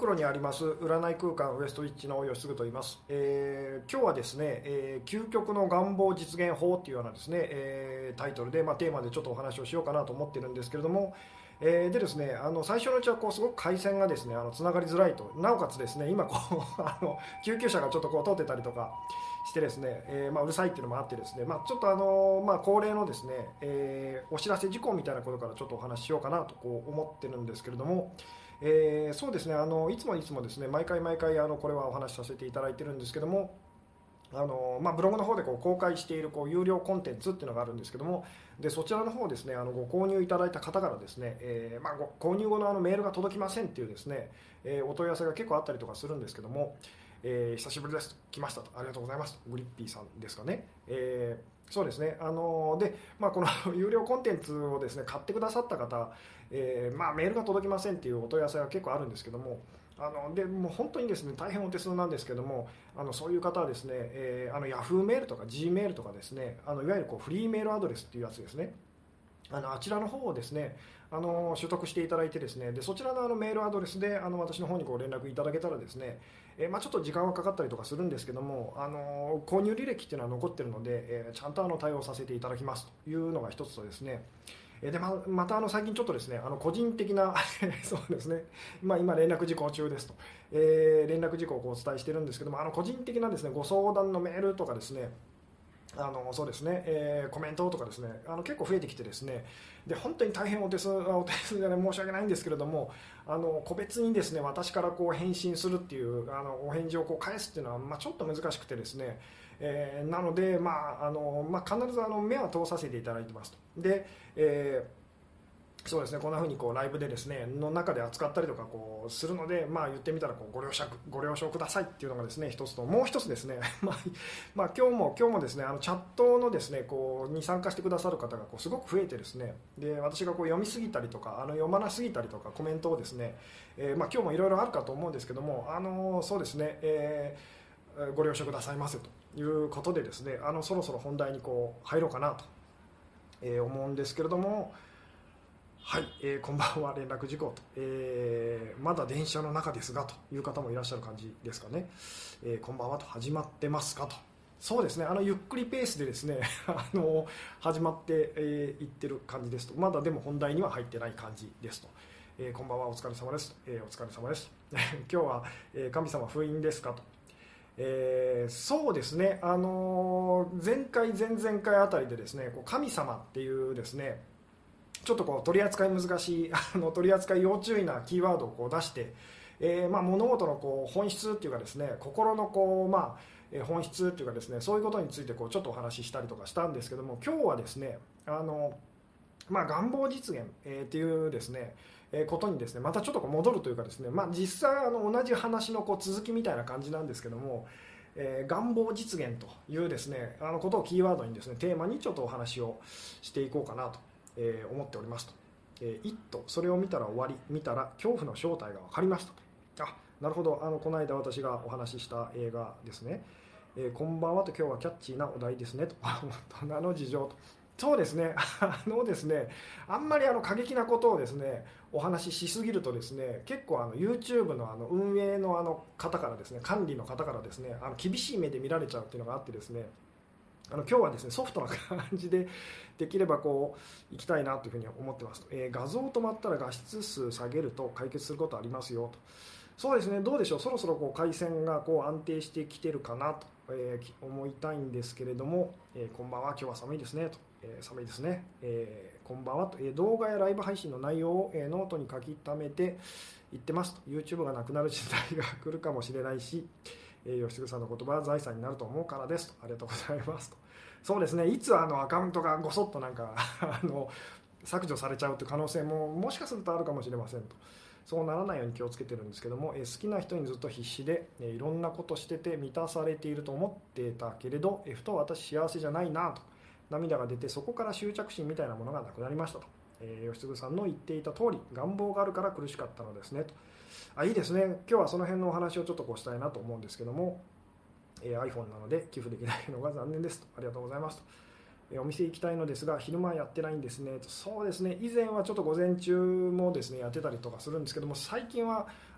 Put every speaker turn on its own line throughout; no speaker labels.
袋にあります占い空間ウエストウィッチの吉嗣と言います。今日はですね、究極の願望実現法というようなですね、タイトルで、テーマでちょっとお話をしようかなと思ってるんですけれども、でですね、最初のうちはすごく回線がですねつながりづらいと、なおかつですね今救急車がちょっと通ってたりとかしてですね、うるさいっていうのもあってですね、ちょっと恒例のですね、お知らせ事項みたいなことからちょっとお話ししようかなと思ってるんですけれども、そうですね、いつもですね毎回これはお話しさせていただいてるんですけども、ブログの方で公開している有料コンテンツっていうのがあるんですけども、でそちらの方ですねご購入いただいた方からですね、ご購入後のメールが届きませんっていうですね、お問い合わせが結構あったりとかするんですけども、久しぶりです、来ましたと、ありがとうございますグリッピーさんですかね、そうですね、で、この有料コンテンツをですね買ってくださった方、メールが届きませんっていうお問い合わせが結構あるんですけども、でもう本当にですね大変お手数なんですけども、そういう方はですね、ヤフーメールとか G メールとかですね、いわゆるフリーメールアドレスっていうやつですね、あちらの方をですね取得していただいてですね、でそちらのメールアドレスで私の方に連絡いただけたらですね、ちょっと時間はかかったりとかするんですけども、購入履歴っていうのは残ってるので、ちゃんと対応させていただきますというのが一つとですね、でまた最近ちょっとですね個人的なそうですね、今連絡事項中ですと、連絡事項をお伝えしてるんですけども、個人的なですねご相談のメールとかですね、そうですね、コメントとかですね結構増えてきてですね、で本当に大変お手数で、申し訳ないんですけれども、個別にですね私から返信するっていうお返事を返すっていうのは、ちょっと難しくてですね、なので、必ず目は通させていただいてますと。で、そうですね、こんな風にライブでですねの中で扱ったりとかするので、言ってみたらご了承くださいっていうのがですね一つと、もう一つですね今日もですねチャットのですねに参加してくださる方がすごく増えてですね、で私が読みすぎたりとか読まなすぎたりとかコメントをですね、今日もいろいろあるかと思うんですけども、そうですね、ご了承くださいませということでですね、そろそろ本題に入ろうかなと、思うんですけれども、はい、こんばんは、連絡事項と、まだ電車の中ですがという方もいらっしゃる感じですかね、こんばんはと、始まってますかと、そうですね、ゆっくりペースでですね始まっていってる感じですと、まだでも本題には入ってない感じですと、こんばんは、お疲れ様ですと、お疲れ様ですと今日は、神様封印ですかと、そうですね、前回前々回あたりでですね神様っていうですねちょっと取り扱い難しい取り扱い要注意なキーワードを出して、物事の本質っていうかですね、心の本質っていうかですね、そういうことについてちょっとお話ししたりとかしたんですけども、今日はですね願望実現、っていうですねことにですねまたちょっと戻るというかですね、実際同じ話の続きみたいな感じなんですけども、願望実現というですねことをキーワードにですねテーマにちょっとお話をしていこうかなと思っておりますと。一途、それを見たら終わり、見たら恐怖の正体が分かりましたと。なるほど、この間私がお話しした映画ですね、こんばんはと、今日はキャッチーなお題ですねと大人の事情と。そうですね、ですね、あんまり過激なことをですねお話ししすぎるとですね、結構YouTube の運営の方からですね、管理の方からですね厳しい目で見られちゃうっていうのがあってですね、今日はですねソフトな感じでできればいきたいなというふうに思ってますと。画像止まったら画質数下げると解決することありますよと。そうですね、どうでしょう、そろそろ回線が安定してきてるかなと、思いたいんですけれども、こんばんは、今日は寒いですねと、寒いですね、こんばんはと、動画やライブ配信の内容を、ノートに書き溜めて言ってますと。 YouTube がなくなる時代が来るかもしれないし、吉嗣さんの言葉は財産になると思うからですと。ありがとうございますと。そうですね、いつアカウントがごそっと削除されちゃうという可能性ももしかするとあるかもしれませんと。そうならないように気をつけてるんですけども、好きな人にずっと必死でいろんなことしてて満たされていると思ってたけれど、ふと私幸せじゃないなと涙が出て、そこから執着心みたいなものがなくなりましたと。吉嗣さんの言っていた通り、願望があるから苦しかったのですねと。いいですね、今日はその辺のお話をちょっとしたいなと思うんですけども、iPhone なので寄付できないのが残念ですと。ありがとうございますと。お店行きたいのですが昼間やってないんですねと。そうですね、以前はちょっと午前中もですねやってたりとかするんですけども、最近は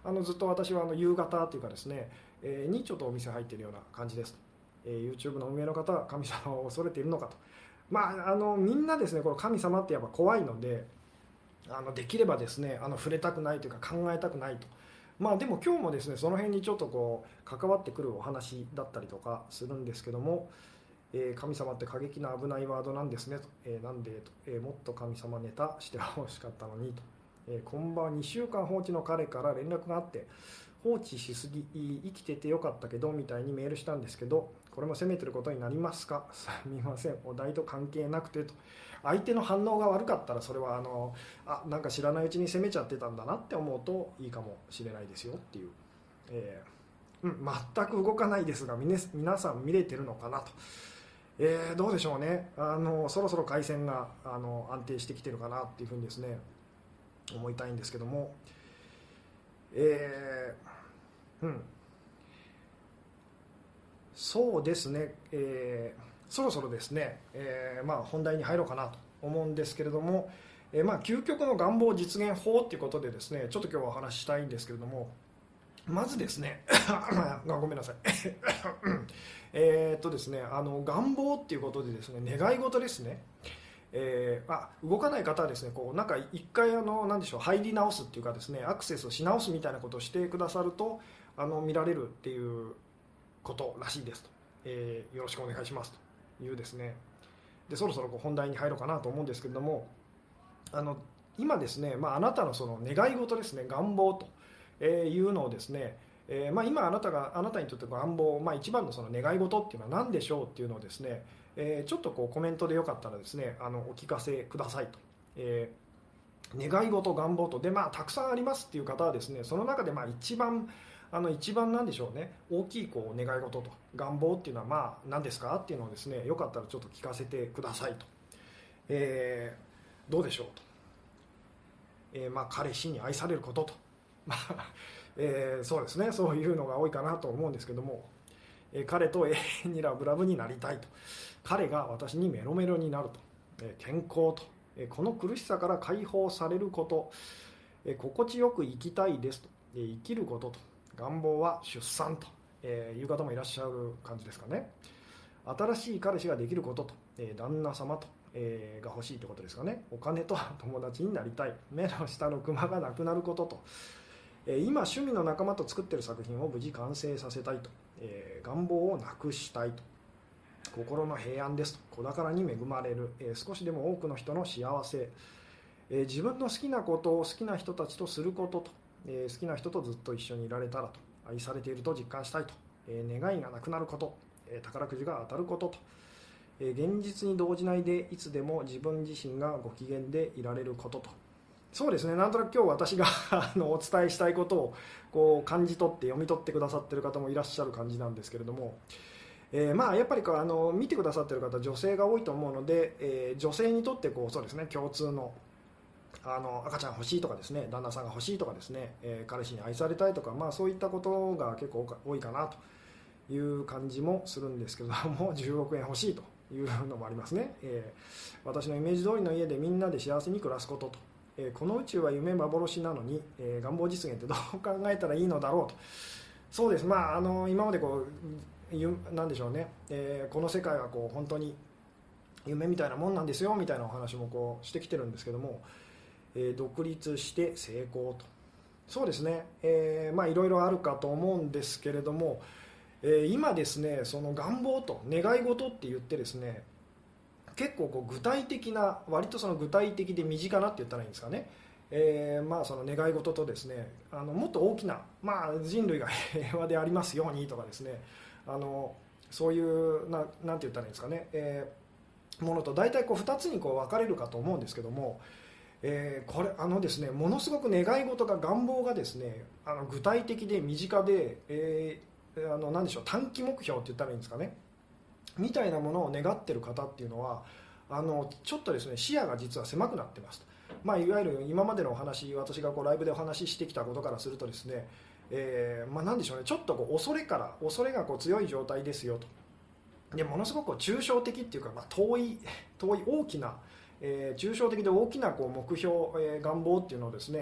ずっと私は夕方というかですね、にちょっとお店入っているような感じです。YouTube の運営の方は神様を恐れているのかと、みんなですねこの神様ってやっぱ怖いので、できればですね触れたくないというか考えたくないと。でも今日もですねその辺にちょっとこう関わってくるお話だったりとかするんですけども、神様って過激な危ないワードなんですねと、なんでと、もっと神様ネタしてほしかったのにと、こんばんは2週間放置の彼から連絡があって、放置しすぎ生きててよかったけどみたいにメールしたんですけど、これも責めてることになりますか、すみませんお題と関係なくてと。相手の反応が悪かったらそれはなんか知らないうちに責めちゃってたんだなって思うといいかもしれないですよっていう、全く動かないですが皆さん見れてるのかなと、どうでしょうね。そろそろ回線が安定してきてるかなっていうふうにですね思いたいんですけども、そうですね、そろそろですね、本題に入ろうかなと思うんですけれども、究極の願望実現法ということでですねちょっと今日はお話ししたいんですけれども、まずですねごめんなさいですね願望っていうことでですね願い事ですね、動かない方はですねこうなんか一回何でしょう入り直すっていうかですねアクセスし直すみたいなことをしてくださると見られるっていうことらしいですと、よろしくお願いしますというですね。でそろそろ本題に入ろうかなと思うんですけれども、今ですね、あなたのその願い事ですね願望というのをですね、今あなたにとって願望、一番のその願い事っていうのは何でしょうっていうのをですね、ちょっとこうコメントでよかったらですねお聞かせくださいと、願い事願望とでたくさんありますっていう方はですねその中で一番なんでしょうね大きいこう願い事と願望っていうのは何ですかっていうのをですねよかったらちょっと聞かせてくださいと、どうでしょうと、彼氏に愛されることとそうですねそういうのが多いかなと思うんですけども、彼と永遠にラブラブになりたいと、彼が私にメロメロになると、健康と、この苦しさから解放されること、心地よく生きたいですと、生きることと、願望は出産という方もいらっしゃる感じですかね。新しい彼氏ができることと、旦那様と、が欲しいということですかね。お金と友達になりたい、目の下のクマがなくなることと、今趣味の仲間と作っている作品を無事完成させたいと、願望をなくしたいと、心の平安ですと、子宝に恵まれる、少しでも多くの人の幸せ、自分の好きなことを好きな人たちとすることと、好きな人とずっと一緒にいられたらと、愛されていると実感したいと、願いがなくなること、宝くじが当たることと、現実に動じないでいつでも自分自身がご機嫌でいられることと。そうですね、なんとなく今日私がお伝えしたいことをこう感じ取って読み取ってくださっている方もいらっしゃる感じなんですけれども、やっぱり見てくださっている方女性が多いと思うので、女性にとってそうですね共通の赤ちゃん欲しいとかですね旦那さんが欲しいとかですね、彼氏に愛されたいとか、そういったことが結構多いかなという感じもするんですけれども、10億円欲しいというのもありますね。私のイメージ通りの家でみんなで幸せに暮らすことと、この宇宙は夢幻なのに、願望実現ってどう考えたらいいのだろうと。そうです、今までなんでしょうね、この世界はこう本当に夢みたいなもんなんですよみたいなお話もしてきてるんですけども、独立して成功と。そうですね、いろいろあるかと思うんですけれども、今ですねその願望と願い事って言ってですね結構具体的な割とその具体的で身近なって言ったらいいんですかね、その願い事とですねもっと大きな、人類が平和でありますようにとかですねそういうなんて言ったらいいんですかね、ものと大体2つに分かれるかと思うんですけども、これですねものすごく願い事が願望がですね具体的で身近で、なんでしょう短期目標って言ったらいいんですかねみたいなものを願っている方っていうのはちょっとですね視野が実は狭くなってますと、いわゆる今までのお話私がライブでお話ししてきたことからするとですね、なんでしょうねちょっと恐れが強い状態ですよと。でものすごく抽象的っていうか、遠い大きな、抽象的で大きな目標、願望っていうのをですね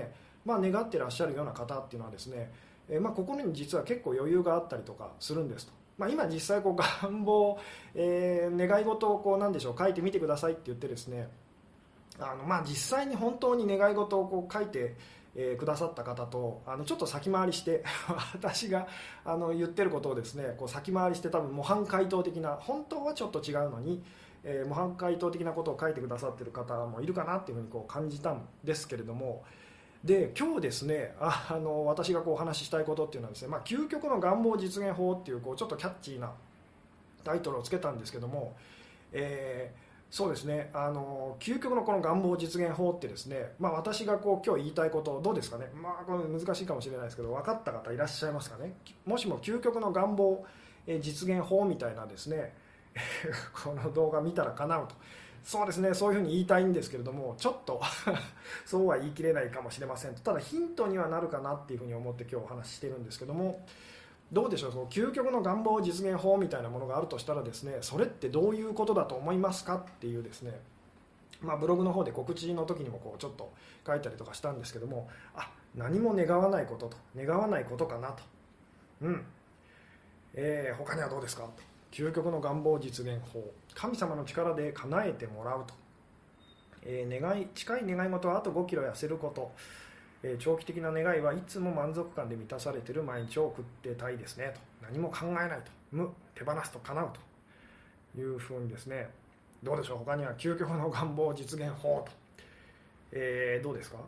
願ってらっしゃるような方っていうのはですね、心に実は結構余裕があったりとかするんですと。今実際願望、願い事を何でしょう、書いてみてくださいって言ってですね、実際に本当に願い事を書いてくださった方とちょっと先回りして私が言ってることをですね先回りして、多分模範解答的な、本当はちょっと違うのに、模範解答的なことを書いてくださっている方もいるかなっていうふうに感じたんですけれども、で今日ですね私がお話ししたいことっていうのはですね、究極の願望実現法っていうちょっとキャッチーなタイトルをつけたんですけども、そうですね、究極のこの願望実現法ってですね、私が今日言いたいことどうですかね、これ難しいかもしれないですけど分かった方いらっしゃいますかね。もしも究極の願望実現法みたいなですねこの動画見たら叶うと、そうですね、そういうふうに言いたいんですけれども、ちょっとそうは言い切れないかもしれません。ただヒントにはなるかなっていうふうに思って今日お話ししてるんですけども、どうでしょう、その究極の願望実現法みたいなものがあるとしたらですね、それってどういうことだと思いますかっていうですね、ブログの方で告知の時にもちょっと書いたりとかしたんですけども、何も願わないことと、願わないことかなと、他にはどうですかと。究極の願望実現法、神様の力で叶えてもらうと、近い願い事はあと5キロ痩せること、長期的な願いはいつも満足感で満たされている毎日を送ってたいですねと。何も考えないと、無、手放すと叶うというふうにですね、どうでしょう、他には究極の願望実現法と、どうですか。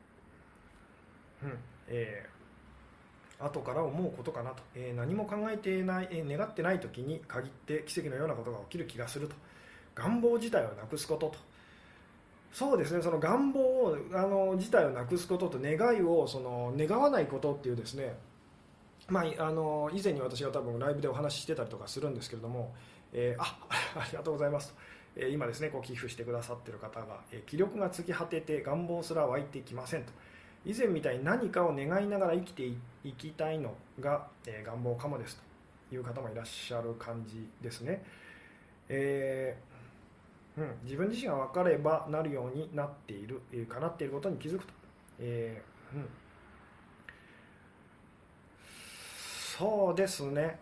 後から思うことかなと、何も考えていない、願ってない時に限って奇跡のようなことが起きる気がすると。願望自体をなくすことと。そうですね、その願望を自体をなくすことと願いを願わないことっていうですね、以前に私が多分ライブでお話ししてたりとかするんですけれども、ありがとうございますと、今ですね寄付してくださっている方が、気力が尽き果てて願望すら湧いてきませんと。以前みたいに何かを願いながら生きていきたいのが、願望かもですという方もいらっしゃる感じですね。自分自身が分かればなるようになっている、叶っていることに気づくと、そうですね、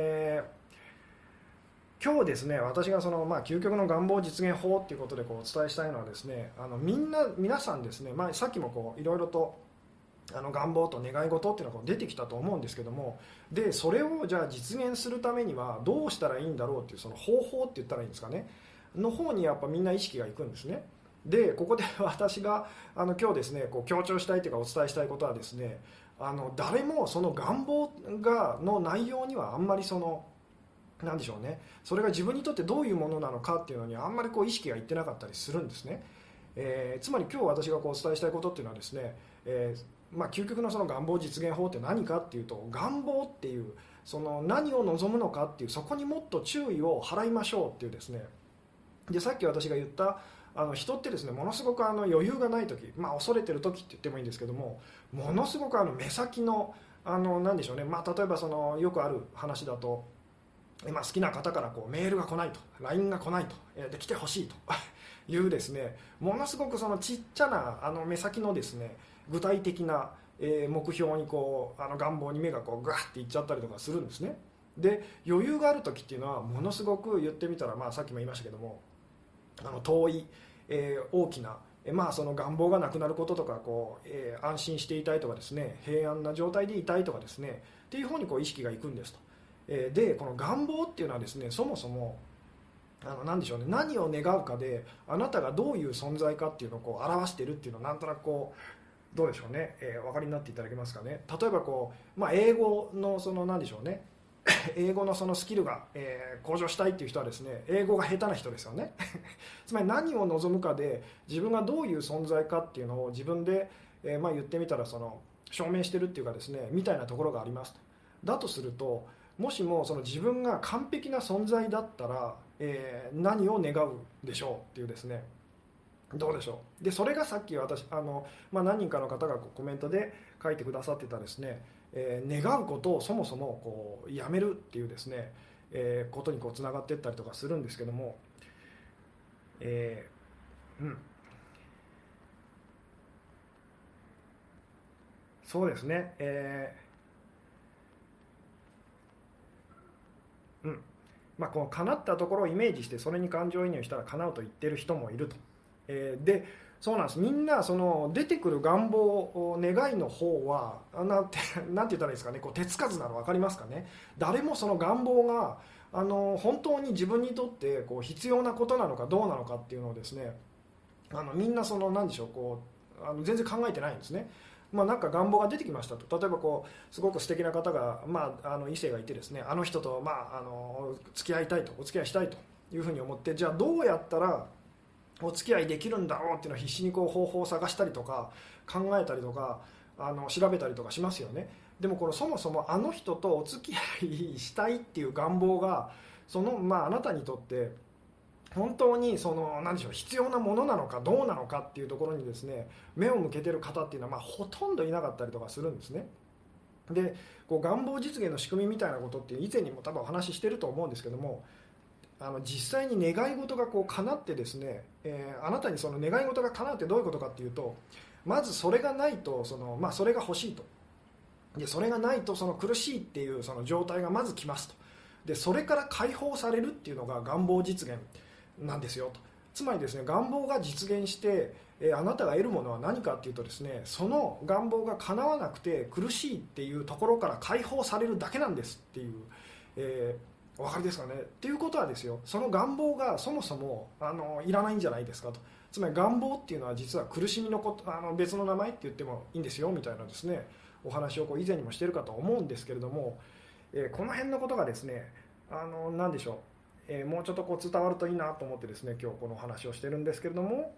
今日ですね、私が究極の願望実現法ということでお伝えしたいのはですね、皆さんですね、さっきもいろいろと願望と願い事っていうのが出てきたと思うんですけども、でそれをじゃあ実現するためにはどうしたらいいんだろうっていう、その方法って言ったらいいんですかねの方にやっぱみんな意識がいくんですね。でここで私が今日ですね強調したいというかお伝えしたいことはですね、誰もその願望の内容にはあんまりなんでしょうね、それが自分にとってどういうものなのかっていうのにあんまり意識がいってなかったりするんですね。つまり今日私がお伝えしたいことっていうのはですね、究極の願望実現法って何かっていうと、願望っていう何を望むのかっていう、そこにもっと注意を払いましょうっていうですね。でさっき私が言った人ってですね、ものすごく余裕がない時、恐れてる時って言ってもいいんですけども、ものすごく目先のなんでしょうね、例えばよくある話だと、好きな方からメールが来ないと、 LINE が来ないと、で来てほしいというですね、ものすごくちっちゃな目先のですね具体的な目標に願望に目がガーっていっちゃったりとかするんですね。で余裕がある時っていうのはものすごく言ってみたら、さっきも言いましたけども遠い、大きな、その願望がなくなることとか安心していたいとかですね、平安な状態でいたいとかですねっていう方に意識がいくんですと。でこの願望っていうのはですね、そもそも何でしょうね、何を願うかであなたがどういう存在かっていうのを表しているっていうのをなんとなくどうでしょうね、お分かりになっていただけますかね。例えば英語の何でしょうね英語のスキルが、向上したいっていう人はですね、英語が下手な人ですよねつまり何を望むかで自分がどういう存在かっていうのを自分で、言ってみたら証明してるっていうかですね、みたいなところがあります。だとすると、もしも自分が完璧な存在だったら、何を願うでしょうっていうですね、どうでしょう。でそれがさっき私何人かの方がコメントで書いてくださってたですね、願うことをそもそもやめるっていうですね、ことにつながっていったりとかするんですけども、 そうですね、この叶ったところをイメージしてそれに感情移入したら叶うと言ってる人もいると、でそうなんです。みんなその出てくる願望願いの方はなんて言ったらいいですかね、こう手つかずなの分かりますかね。誰もその願望が本当に自分にとってこう必要なことなのかどうなのかっていうのをですね、みんなその何でしょう、こう全然考えてないんですね。なんか願望が出てきましたと。例えばこうすごく素敵な方が、異性がいてですね、あの人と、付き合いたいと、お付き合いしたいというふうに思って、じゃあどうやったらお付き合いできるんだろうっていうのを必死にこう方法を探したりとか考えたりとか調べたりとかしますよね。でもこのそもそもあの人とお付き合いしたいっていう願望があなたにとって本当に何でしょう、必要なものなのかどうなのかっていうところにですね目を向けてる方っていうのはほとんどいなかったりとかするんですね。でこう願望実現の仕組みみたいなことって以前にも多分お話ししてると思うんですけども、実際に願い事がこう叶ってですね、あなたにその願い事が叶うってどういうことかっていうと、まずそれがないとそれが欲しいと、でそれがないとその苦しいっていうその状態がまず来ますと。でそれから解放されるっていうのが願望実現なんですよと。つまりですね、願望が実現して、あなたが得るものは何かっていうとですね、その願望が叶わなくて苦しいっていうところから解放されるだけなんですっていう、お分かりですかね。っていうことはですよ、その願望がそもそもいらないんじゃないですかと。つまり願望っていうのは実は苦しみのこと別の名前って言ってもいいんですよみたいなですねお話をこう以前にもしてるかと思うんですけれども、この辺のことがですね何でしょう、もうちょっとこう伝わるといいなと思ってですね今日このお話をしてるんですけれども、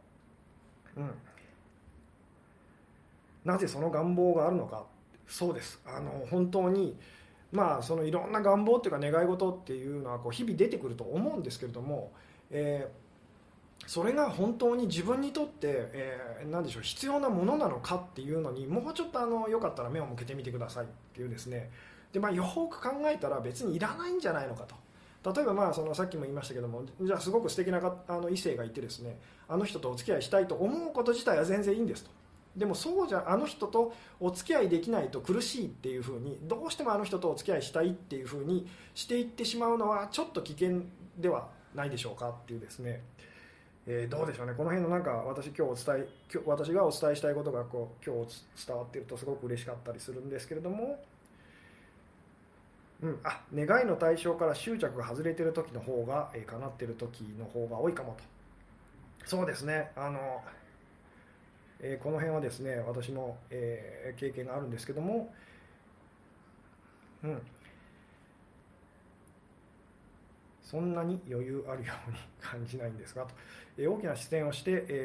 なぜその願望があるのか。そうです、本当にそのいろんな願望っていうか願い事っていうのはこう日々出てくると思うんですけれども、それが本当に自分にとって、何でしょう、必要なものなのかっていうのにもうちょっとよかったら目を向けてみてくださいっていうですね。でよく考えたら別にいらないんじゃないのかと。例えばさっきも言いましたけども、じゃあすごく素敵な異性がいてですね、あの人とお付き合いしたいと思うこと自体は全然いいんですと。でもそうじゃあの人とお付き合いできないと苦しいっていう風に、どうしてもあの人とお付き合いしたいっていう風にしていってしまうのはちょっと危険ではないでしょうかっていうですね、どうでしょうね。この辺の私がお伝えしたいことが今日伝わっているとすごく嬉しかったりするんですけれども、願いの対象から執着が外れている時の方が、叶っている時の方が多いかもと。そうですね、この辺はですね私も、経験があるんですけども、そんなに余裕あるように感じないんですがと、大きな視線をして、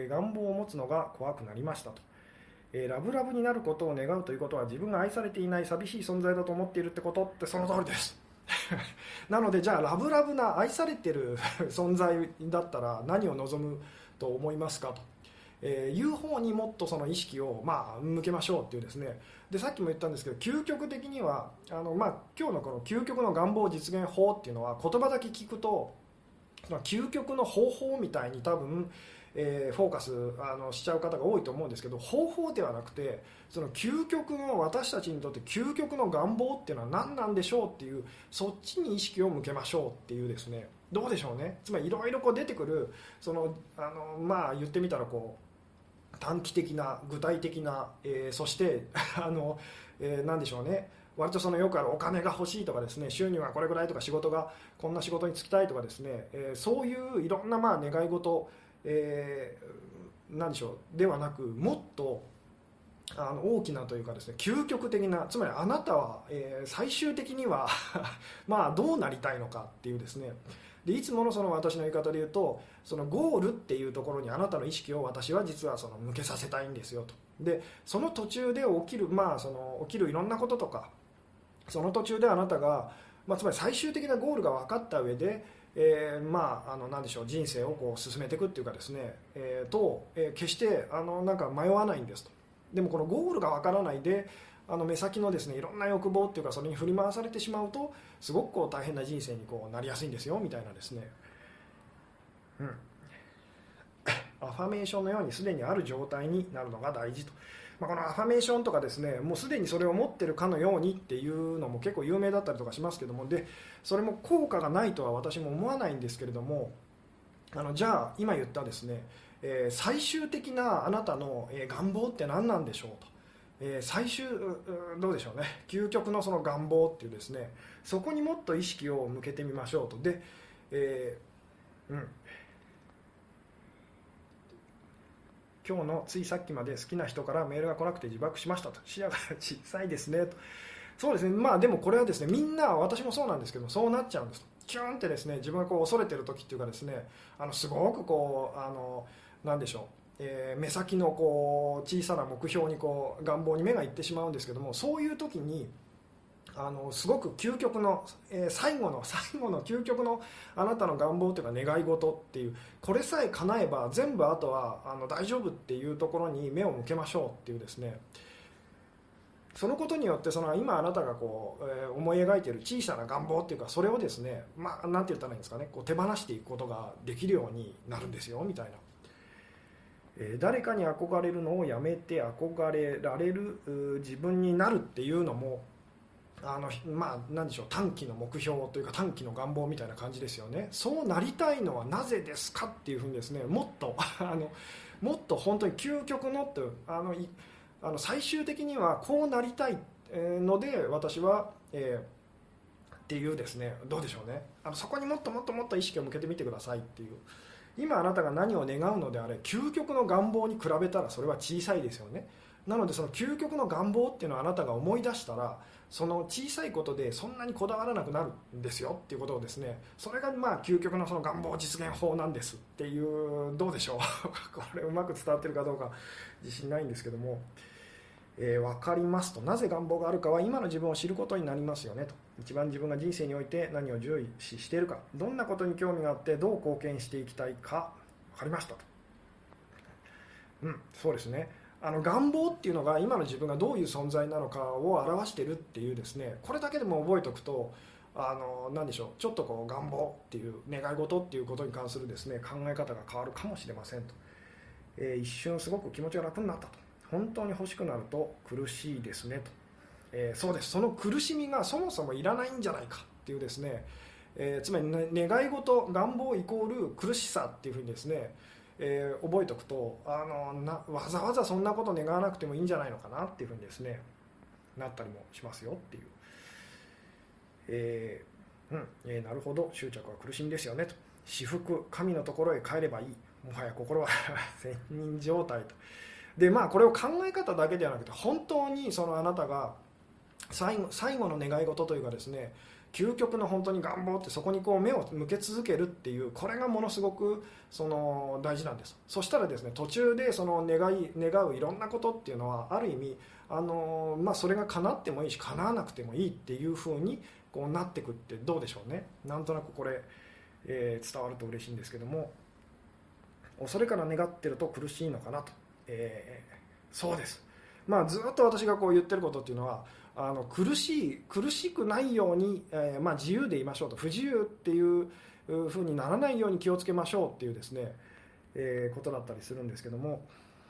願望を持つのが怖くなりましたと。ラブラブになることを願うということは自分が愛されていない寂しい存在だと思っているってことってその通りですなのでじゃあラブラブな愛されてる存在だったら何を望むと思いますかと、いう方にもっとその意識を向けましょうっていうですね。でさっきも言ったんですけど、究極的には今日のこの究極の願望実現法っていうのは言葉だけ聞くと究極の方法みたいに多分フォーカスしちゃう方が多いと思うんですけど、方法ではなくてその究極の私たちにとって究極の願望っていうのは何なんでしょうっていう、そっちに意識を向けましょうっていうですね。どうでしょうね。つまりいろいろ出てくる言ってみたら短期的な具体的な、そして何でしょうね、割とよくあるお金が欲しいとかですね、収入がこれぐらいとか仕事がこんな仕事に就きたいとかですね、そういういろんな願い事、何でしょうではなく、もっと大きなというかですね、究極的な、つまりあなたは、最終的にはどうなりたいのかっていうですね。でいつもの私の言い方で言うと、そのゴールっていうところにあなたの意識を私は実は向けさせたいんですよと。でその途中で起きる起きるいろんなこととか、その途中であなたが、つまり最終的なゴールが分かった上で、何でしょう、人生を進めていくっていうかですね、決して迷わないんですと。でもこのゴールが分からないで目先のですねいろんな欲望っていうか、それに振り回されてしまうとすごく大変な人生になりやすいんですよみたいなですね、アファメーションのようにすでにある状態になるのが大事と。 このアファメーションとかですね、もうすでにそれを持ってるかのようにっていうのも結構有名だったりとかしますけども、でそれも効果がないとは私も思わないんですけれども、じゃあ今言ったですね、最終的なあなたの願望って何なんでしょうと、どうでしょうね、究極のその願望っていうですね、そこにもっと意識を向けてみましょうと。で、今日のついさっきまで好きな人からメールが来なくて自爆しましたと、視野が小さいですねと。そうですね、でもこれはですね、みんな、私もそうなんですけど、そうなっちゃうんですと。キュンってですね、自分がこう恐れてる時っていうかですね、すごくこうなんでしょう、目先のこう小さな目標にこう願望に目がいってしまうんですけども、そういう時にすごく究極の、最後の究極のあなたの願望というか願い事っていう、これさえ叶えば全部あとは大丈夫っていうところに目を向けましょうっていうですね、そのことによって今あなたがこう、思い描いている小さな願望っていうか、それをですね、なんて言ったらいいんですかね、こう手放していくことができるようになるんですよみたいな。誰かに憧れるのをやめて憧れられる自分になるっていうのもなんでしょう、短期の目標というか短期の願望みたいな感じですよね。そうなりたいのはなぜですかっていうふうにですね、もっともっと本当に究極のって最終的にはこうなりたいので私は、っていうですね、どうでしょうね、そこにもっともっともっと意識を向けてみてくださいっていう。今あなたが何を願うのであれ、究極の願望に比べたらそれは小さいですよね。なのでその究極の願望っていうのをあなたが思い出したら、その小さいことでそんなにこだわらなくなるんですよっていうことをですね、それが究極のその願望実現法なんですっていう、どうでしょうこれうまく伝わってるかどうか自信ないんですけども、分かりますと。なぜ願望があるかは今の自分を知ることになりますよねと。一番自分が人生において何を重視しているか、どんなことに興味があってどう貢献していきたいか分かりましたと。そうですね、願望っていうのが今の自分がどういう存在なのかを表しているっていうですね、これだけでも覚えておくと何でしょう、ちょっとこう願望っていう願い事っていうことに関するですね考え方が変わるかもしれませんと。一瞬すごく気持ちが楽になったと。本当に欲しくなると苦しいですねと。そうです、その苦しみがそもそもいらないんじゃないかっていうですね、つまり、願い事願望イコール苦しさっていうふうにですね、覚えておくとわざわざそんなこと願わなくてもいいんじゃないのかなっていうふうにですねなったりもしますよっていう、なるほど、執着は苦しみですよねと。至福、神のところへ帰ればいい、もはや心は仙人状態と。でこれを考え方だけではなくて、本当にそのあなたが最後の願い事というかですね、究極の本当に願望って、そこにこう目を向け続けるっていう、これがものすごく大事なんです。そしたらですね、途中でその願ういろんなことっていうのはある意味それが叶ってもいいし叶わなくてもいいっていう風にこうなってくって、どうでしょうね。なんとなくこれ、伝わると嬉しいんですけども、恐れから願ってると苦しいのかなと。そうです。ずっと私がこう言ってることっていうのは、苦しくないように、自由でいましょうと。不自由っていう風にならないように気をつけましょうっていうですね、ことだったりするんですけども、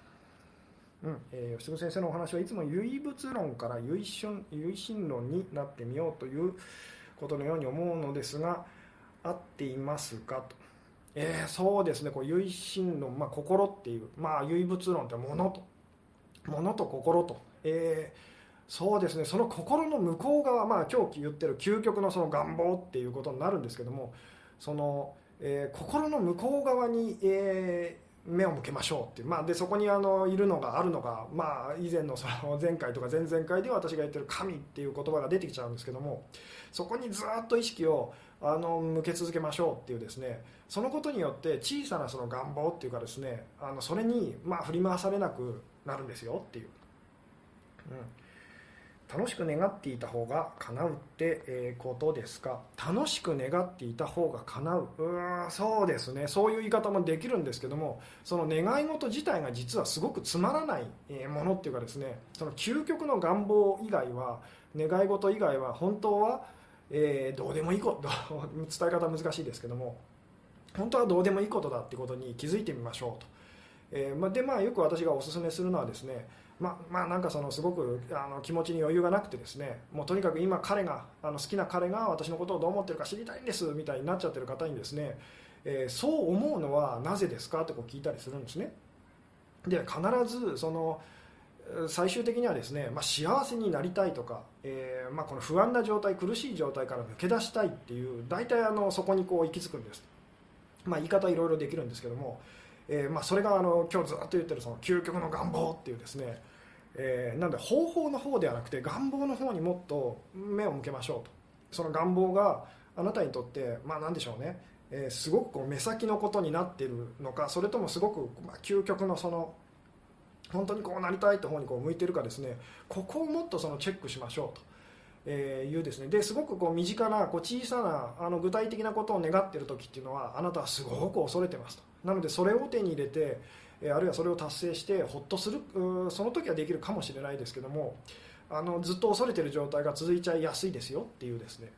吉純先生のお話はいつも唯物論から唯心論になってみようということのように思うのですが、合っていますかと。そうですね、こう唯心論、心っていう、唯物論って物と心と、そうですね、その心の向こう側、今日言ってる究極のその願望っていうことになるんですけども、その、心の向こう側に、目を向けましょうっていう、でそこにいるのがあるのが、以前のその前回とか前々回で私が言ってる神っていう言葉が出てきちゃうんですけども、そこにずっと意識を向け続けましょうっていうですね、そのことによって小さなその願望っていうかですね、それに振り回されなくなるんですよっていう、楽しく願っていた方が叶うってことですか。楽しく願っていた方が叶う、そうですね、そういう言い方もできるんですけども、その願い事自体が実はすごくつまらないものっていうかですね、その究極の願望以外は、願い事以外は本当は、どうでもいいこと伝え方難しいですけども、本当はどうでもいいことだってことに気づいてみましょうと。でよく私がお勧めするのはですね、 なんかそのすごく気持ちに余裕がなくてですね、もうとにかく今彼が好きな彼が私のことをどう思ってるか知りたいんですみたいになっちゃってる方にですね、そう思うのはなぜですかってこう聞いたりするんですね。で必ずその最終的にはですね、幸せになりたいとか、この不安な状態苦しい状態から抜け出したいっていう大体そこにこう行き着くんです。言い方いろいろできるんですけども、それが今日ずっと言ってるその究極の願望っていうですね、なんで方法の方ではなくて願望の方にもっと目を向けましょうと。その願望があなたにとって何でしょうね、すごくこう目先のことになっているのか、それともすごく究極のその本当にこうなりたいと方にこう向いているかですね、ここをもっとそのチェックしましょうというですね。ですごくこう身近なこう小さな具体的なことを願っている時っていうのはあなたはすごく恐れてますと。なのでそれを手に入れてあるいはそれを達成してホッとするその時はできるかもしれないですけども、ずっと恐れている状態が続いちゃいやすいですよっていうですね。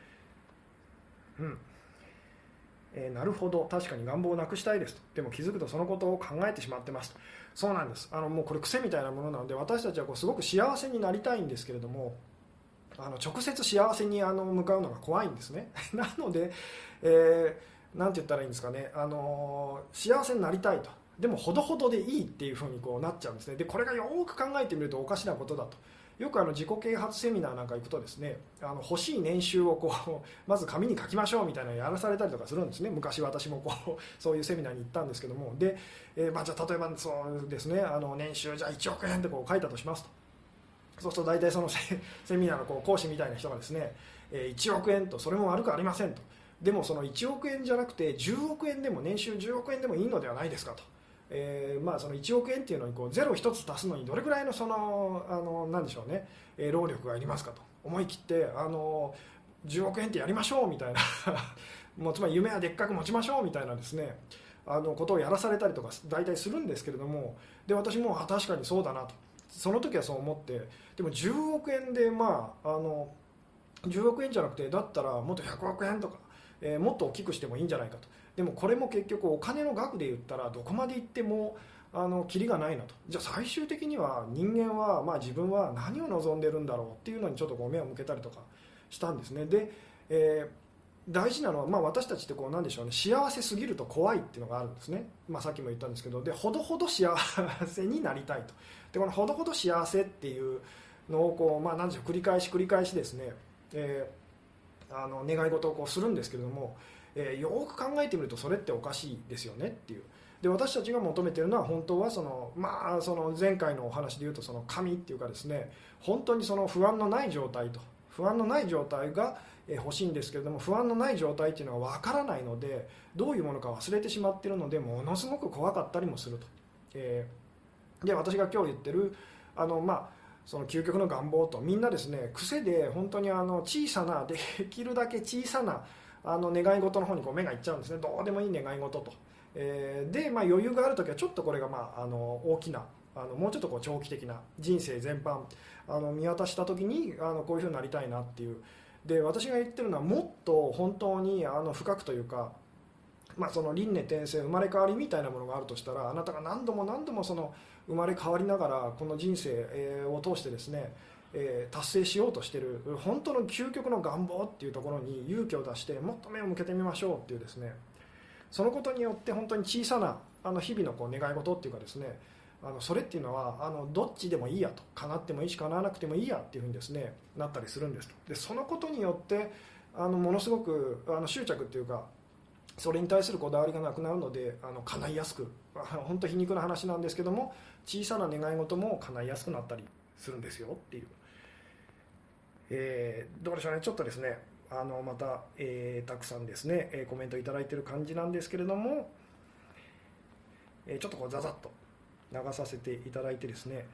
なるほど、確かに願望をなくしたいですと。でも気づくとそのことを考えてしまってますと。そうなんです。もうこれ癖みたいなものなので、私たちはこうすごく幸せになりたいんですけれども、直接幸せに向かうのが怖いんですね。なので、なんて言ったらいいんですかね、幸せになりたいと。でもほどほどでいいっていうふうにこうなっちゃうんですね。でこれがよく考えてみるとおかしなことだと。よく自己啓発セミナーなんか行くとですね、欲しい年収をこうまず紙に書きましょうみたいなのやらされたりとかするんですね。昔私もそういうセミナーに行ったんですけども、で、じゃあ例えばそうですね、年収じゃあ1億円ってこう書いたとしますと。そうすると大体そのセミナーの講師みたいな人がですね、1億円とそれも悪くありませんと。でもその1億円じゃなくて10億円でも年収10億円でもいいのではないですかと。その1億円っていうのにこうゼロ1つ足すのにどれぐらいのなんでしょうね、労力がいりますかと。思い切って10億円ってやりましょうみたいなもうつまり夢はでっかく持ちましょうみたいなですねことをやらされたりとか大体するんですけれども、で私も確かにそうだなとその時はそう思って、でも10億円で10億円じゃなくてだったらもっと100億円とか、もっと大きくしてもいいんじゃないかと。でもこれも結局お金の額で言ったらどこまで行ってもキリがないなと。じゃあ最終的には人間は自分は何を望んでるんだろうっていうのにちょっとこう目を向けたりとかしたんですね。で、大事なのは、私たちってこうなんでしょうね、幸せすぎると怖いっていうのがあるんですね。さっきも言ったんですけど、でほどほど幸せになりたいと。でこのほどほど幸せっていうのをこう、なんでしょう、繰り返しですね、願い事をこうするんですけれども、よく考えてみるとそれっておかしいですよねっていう。で私たちが求めているのは本当はその前回のお話でいうとその神っていうかですね、本当にその不安のない状態が欲しいんですけれども、不安のない状態っていうのは分からないので、どういうものか忘れてしまっているのでものすごく怖かったりもすると。で私が今日言ってるその究極の願望と、みんなですね癖で本当に小さなできるだけ小さな願い事の方にこう目がいっちゃうんですね。どうでもいい願い事と。で、余裕があるときはちょっとこれが大きなもうちょっとこう長期的な人生全般見渡したときにこういうふうになりたいなっていう。で私が言ってるのはもっと本当に深くというか、その輪廻転生生まれ変わりみたいなものがあるとしたら、あなたが何度もその生まれ変わりながらこの人生を通してですね達成しようとしている本当の究極の願望っていうところに勇気を出してもっと目を向けてみましょうっていうですね、そのことによって本当に小さな日々のこう願い事っていうかですね、それっていうのはどっちでもいいやと、叶ってもいいし叶わなくてもいいやっていうふうにですねなったりするんですと。でそのことによってものすごく執着っていうかそれに対するこだわりがなくなるので叶いやすく、本当皮肉な話なんですけども、小さな願い事も叶いやすくなったりするんですよっていう。どうでしょうね、ちょっとですねまた、たくさんですねコメントいただいている感じなんですけれども、ちょっとこうザザッと流させていただいてですね、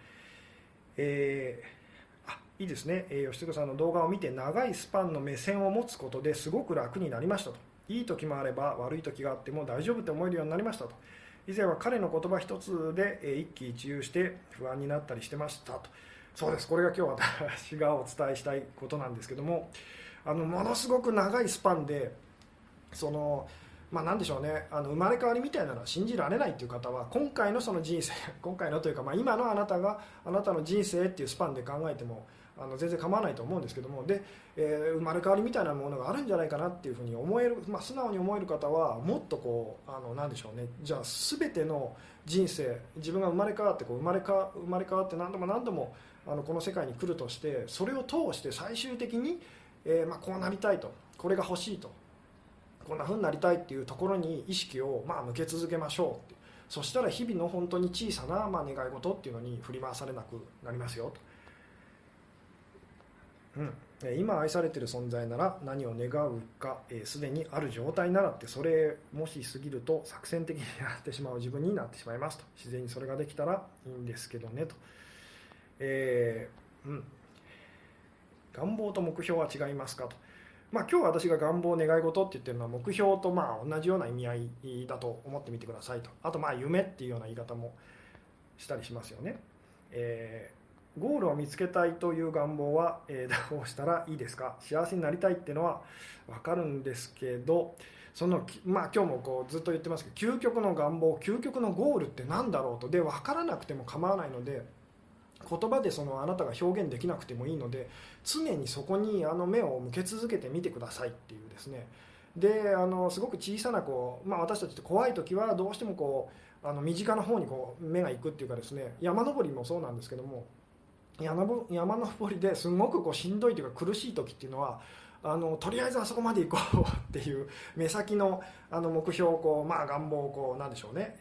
いいですね、吉嗣さんの動画を見て長いスパンの目線を持つことですごく楽になりましたと。いい時もあれば悪い時があっても大丈夫と思えるようになりましたと。以前は彼の言葉一つで一喜一憂して不安になったりしてましたと。そうです、これが今日私がお伝えしたいことなんですけども、ものすごく長いスパンでそのなんでしょうね、生まれ変わりみたいなのは信じられないという方は、今回のその人生今回のというか、今のあなたの人生っていうスパンで考えても全然構わないと思うんですけども、で、生まれ変わりみたいなものがあるんじゃないかなっていうふうに思える、素直に思える方はもっとこうなんでしょうね、じゃあ全ての人生、自分が生まれ変わって生まれ変わって何度も何度もこの世界に来るとして、それを通して最終的に、こうなりたいと、これが欲しいと、こんな風になりたいっていうところに意識を向け続けましょうって。そしたら日々の本当に小さな願い事っていうのに振り回されなくなりますよと。今愛されている存在なら何を願うか、すでにある状態ならって、それもし過ぎると作戦的になってしまう自分になってしまいますと。自然にそれができたらいいんですけどねと。願望と目標は違いますかと。今日私が願望願い事って言ってるのは目標と同じような意味合いだと思ってみてくださいと。あと夢っていうような言い方もしたりしますよね。ゴールを見つけたいという願望は、どうしたらいいですか。幸せになりたいっていうのは分かるんですけど、今日もずっと言ってますけど、究極の願望、究極のゴールって何だろうと。で、分からなくても構わないので、言葉であなたが表現できなくてもいいので、常にそこに目を向け続けてみてくださいっていうですね。ですごく小さな私たちって怖い時はどうしても身近な方に目が行くっていうかですね、山登りもそうなんですけども、山登りですごくしんどいというか苦しい時っていうのは、とりあえずあそこまで行こうっていう目先の目標を願望をなんでしょうね、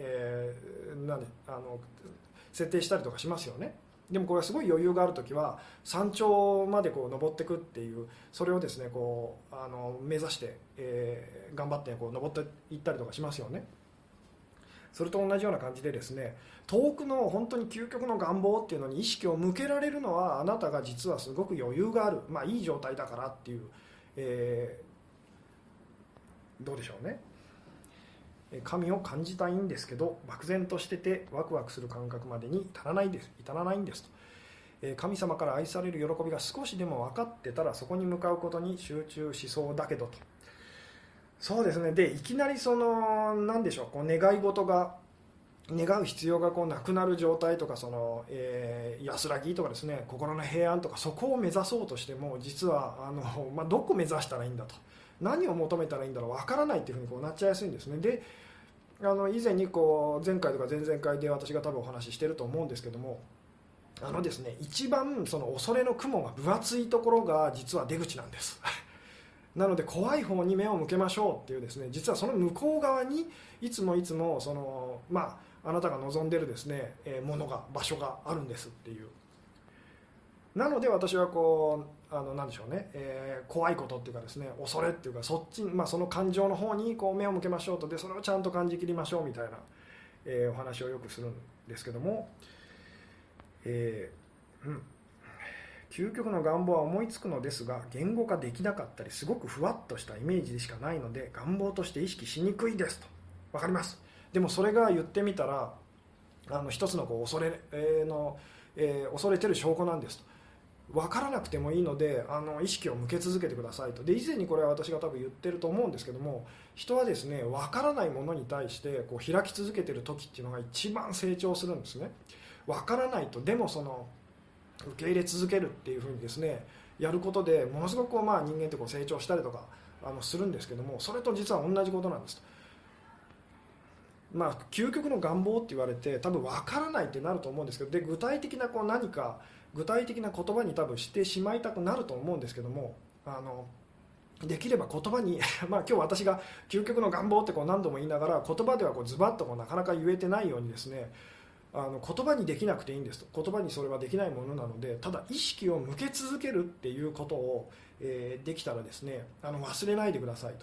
設定したりとかしますよね。でもこれはすごい余裕があるときは山頂まで登っていくっていう、それをですね目指して、頑張って登っていったりとかしますよね。それと同じような感じでですね、遠くの本当に究極の願望っていうのに意識を向けられるのは、あなたが実はすごく余裕がある、いい状態だからっていう、どうでしょうね。神を感じたいんですけど、漠然としててワクワクする感覚までに至らないんですと。神様から愛される喜びが少しでも分かってたら、そこに向かうことに集中しそうだけどと。そうですね。で、いきなり何でしょう、願い事が願う必要がなくなる状態とか、安らぎとかですね、心の平安とか、そこを目指そうとしても、実はどこ目指したらいいんだと、何を求めたらいいんだろう、分からないっていうふうになっちゃいやすいんですね。で、以前に前回とか前々回で私が多分お話ししてると思うんですけども、ですね、一番恐れの雲が分厚いところが実は出口なんですなので怖い方に目を向けましょうっていうですね、実はその向こう側にいつもあなたが望んでるですね、場所があるんですっていう。なので私はなんでしょうね、怖いことっていうかですね、恐れっていうか、その感情の方に目を向けましょうと。で、それをちゃんと感じきりましょうみたいな、お話をよくするんですけども、究極の願望は思いつくのですが、言語化できなかったり、すごくふわっとしたイメージでしかないので願望として意識しにくいですと。わかります。でもそれが言ってみたら一つの恐れてる証拠なんですと。分からなくてもいいので意識を向け続けてくださいと。で、以前にこれは私が多分言ってると思うんですけども、人はですね、分からないものに対して開き続けてる時っていうのが一番成長するんですね。分からないと、でも受け入れ続けるっていう風にですねやることで、ものすごく人間って成長したりとかするんですけども、それと実は同じことなんですと。究極の願望って言われて多分分からないってなると思うんですけど、で具体的な何か具体的な言葉に多分してしまいたくなると思うんですけども、できれば言葉に今日私が究極の願望って何度も言いながら、言葉ではズバッとなかなか言えてないようにですね、言葉にできなくていいんですと。言葉にそれはできないものなので、ただ意識を向け続けるっていうことを、できたらですね忘れないでくださいと。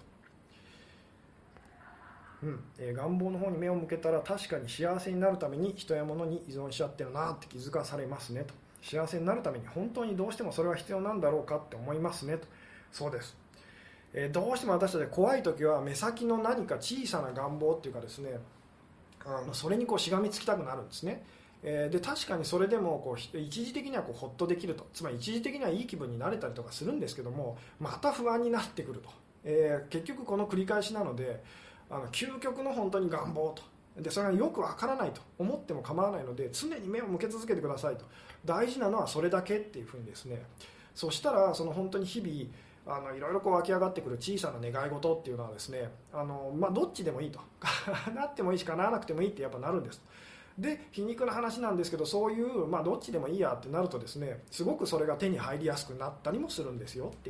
願望の方に目を向けたら、確かに幸せになるために人や物に依存しちゃってるなって気づかされますねと。幸せになるために本当にどうしてもそれは必要なんだろうかって思いますねと。そうです。どうしても私たち怖い時は目先の何か小さな願望っていうかですね、それにしがみつきたくなるんですね。で、確かにそれでも一時的にはホッとできると。つまり一時的にはいい気分になれたりとかするんですけども、また不安になってくると。結局この繰り返しなので、 究極の本当に願望と、でそれがよくわからないと思っても構わないので、常に目を向け続けてくださいと。大事なのはそれだけっていうふうにですね、そしたら本当に日々いろいろ湧き上がってくる小さな願い事っていうのはですね、どっちでもいいと叶ってもいいし叶わなくてもいいってやっぱなるんです。で皮肉な話なんですけど、そういう、どっちでもいいやってなるとですね、すごくそれが手に入りやすくなったりもするんですよっていう、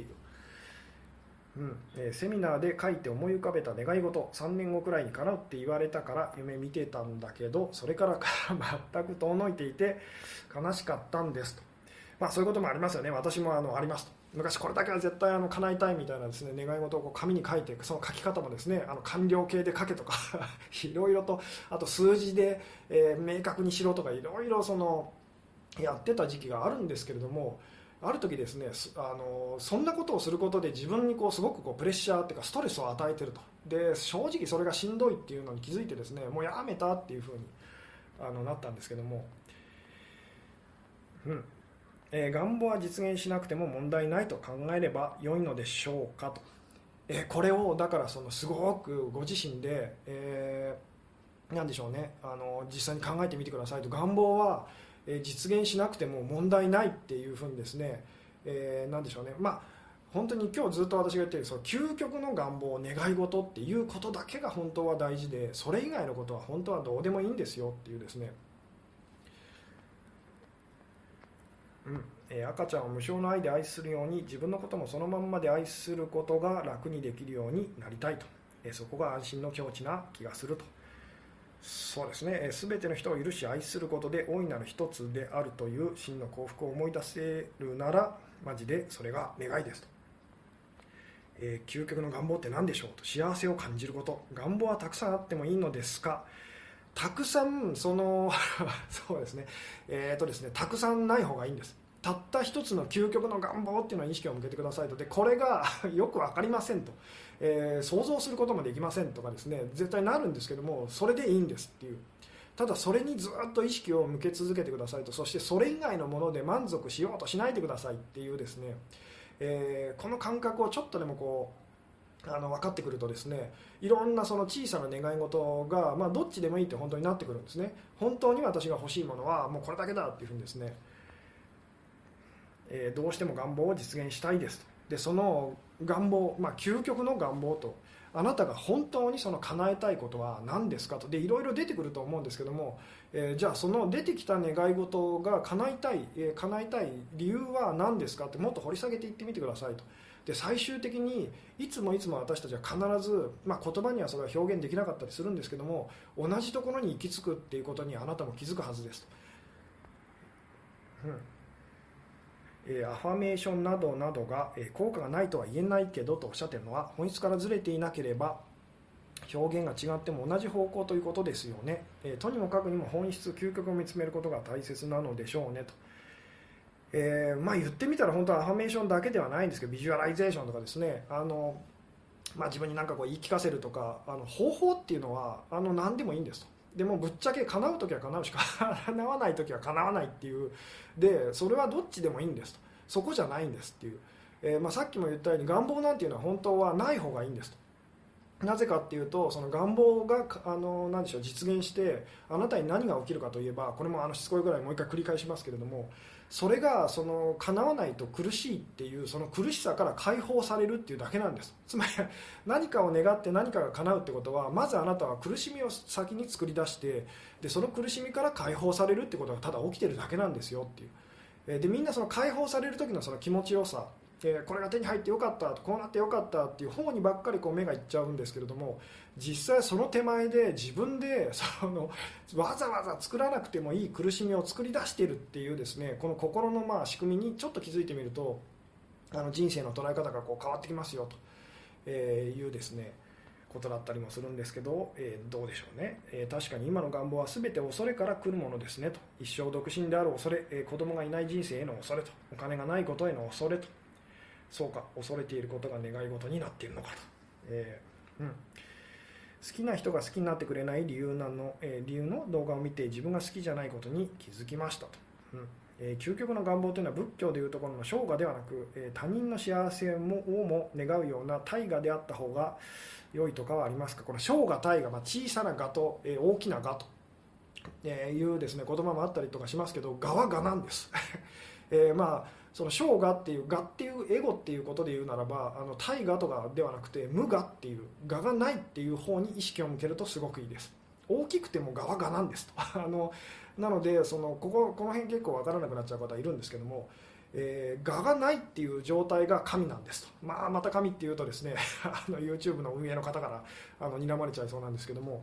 セミナーで書いて思い浮かべた願い事、3年後くらいに叶うって言われたから夢見てたんだけど、それから全く遠のいていて悲しかったんですと。そういうこともありますよね。私もありますと。昔これだけは絶対叶いたいみたいなですね、願い事を紙に書いて、その書き方もですね、完了形で書けとかいろいろと、あと数字で、明確にしろとか、いろいろやってた時期があるんですけれども、ある時ですね、そんなことをすることで自分にすごくプレッシャーっていうかストレスを与えてると。で正直それがしんどいっていうのに気づいてですね、もうやめたっていうふうになったんですけども、願望は実現しなくても問題ないと考えれば良いのでしょうかと。これをだからすごくご自身で、なんでしょうね、実際に考えてみてくださいと。願望は実現しなくても問題ないっていうふうにですね、なんでしょうね、本当に今日ずっと私が言っている究極の願望、願い事っていうことだけが本当は大事で、それ以外のことは本当はどうでもいいんですよっていうですね、赤ちゃんを無償の愛で愛するように、自分のこともそのまんまで愛することが楽にできるようになりたいと。そこが安心の境地な気がすると。そうですね、全ての人を許し愛することで大いなる一つであるという真の幸福を思い出せるなら、マジでそれが願いですと。究極の願望って何でしょうと。幸せを感じること。願望はたくさんあってもいいのですか。たくさんそうですね、たくさんない方がいいんです。たった一つの究極の願望っていうのは意識を向けてくださいと。でこれがよく分かりませんと、想像することもできませんとかですね、絶対なるんですけども、それでいいんですっていう。ただそれにずっと意識を向け続けてくださいと。そしてそれ以外のもので満足しようとしないでくださいっていうですね、この感覚をちょっとでも分かってくるとですね、いろんな小さな願い事が、どっちでもいいって本当になってくるんですね。本当に私が欲しいものはもうこれだけだっていうふうにですね、どうしても願望を実現したいですと。でその願望、究極の願望と、あなたが本当に叶えたいことは何ですかと。でいろいろ出てくると思うんですけども、じゃあその出てきた願い事が叶いたい理由は何ですかって、もっと掘り下げていってみてくださいと。で最終的にいつも私たちは必ず、言葉にはそれは表現できなかったりするんですけども、同じところに行き着くっていうことにあなたも気づくはずですと。アファメーションなどなどが効果がないとは言えないけどとおっしゃっているのは、本質からずれていなければ表現が違っても同じ方向ということですよね。とにもかくにも本質、究極を見つめることが大切なのでしょうねと。言ってみたら本当はアファメーションだけではないんですけど、ビジュアライゼーションとかですね、自分に何か言い聞かせるとか、方法っていうのは何でもいいんですと。でもぶっちゃけ叶うときは叶うしか叶わないときは叶わないっていう。でそれはどっちでもいいんですと。そこじゃないんですっていう。さっきも言ったように願望なんていうのは本当はない方がいいんですと。なぜかっていうと、その願望が何でしょう、実現してあなたに何が起きるかといえば、これもしつこいぐらいもう一回繰り返しますけれども、それが叶わないと苦しいっていう、その苦しさから解放されるっていうだけなんです。つまり何かを願って何かが叶うってことは、まずあなたは苦しみを先に作り出して、でその苦しみから解放されるってことがただ起きてるだけなんですよっていう。でみんな解放される時の気持ちよさ、これが手に入ってよかった、こうなってよかったっていう方にばっかり目がいっちゃうんですけれども、実際その手前で自分でわざわざ作らなくてもいい苦しみを作り出しているっていうですね、この心の仕組みにちょっと気づいてみると、人生の捉え方が変わってきますよというですねことだったりもするんですけど、どうでしょうね。確かに今の願望は全て恐れから来るものですねと。一生独身である恐れ、子供がいない人生への恐れと、お金がないことへの恐れと。そうか、恐れていることが願い事になっているのかと。好きな人が好きになってくれない理由の動画を見て、自分が好きじゃないことに気づきましたと。 究極の願望というのは仏教でいうところの生涯ではなく、他人の幸せをも願うような大我であった方が良いとかはありますか。この生涯大我、小さな我と、大きな我というですね言葉もあったりとかしますけど、我は我なんです。その生我っていう我っていうエゴっていうことで言うならば、大我とかではなくて無我っていう我がないっていう方に意識を向けるとすごくいいです。大きくても我は我なんですとなのでこの辺結構分からなくなっちゃう方いるんですけども、我がないっていう状態が神なんですと、また神っていうとですねYouTube の運営の方から睨まれちゃいそうなんですけども、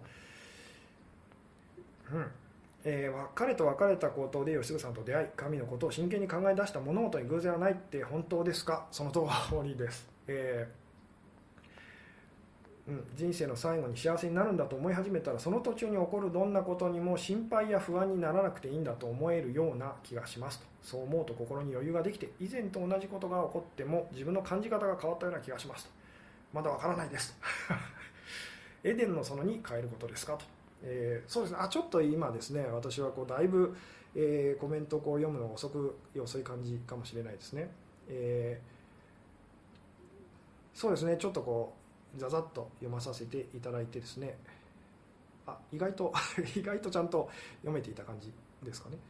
彼と別れたことで吉純さんと出会い、神のことを真剣に考え出した物事に偶然はないって本当ですか。その通りです。人生の最後に幸せになるんだと思い始めたら、その途中に起こるどんなことにも心配や不安にならなくていいんだと思えるような気がしますと。そう思うと心に余裕ができて、以前と同じことが起こっても自分の感じ方が変わったような気がしますと。まだわからないですエデンの園に帰ることですかと。そうですね、ちょっと今ですね、私はだいぶ、コメントを読むのが遅い感じかもしれないですね。そうですね、ちょっとざざっと読まさせていただいてですね、意外とちゃんと読めていた感じですかね。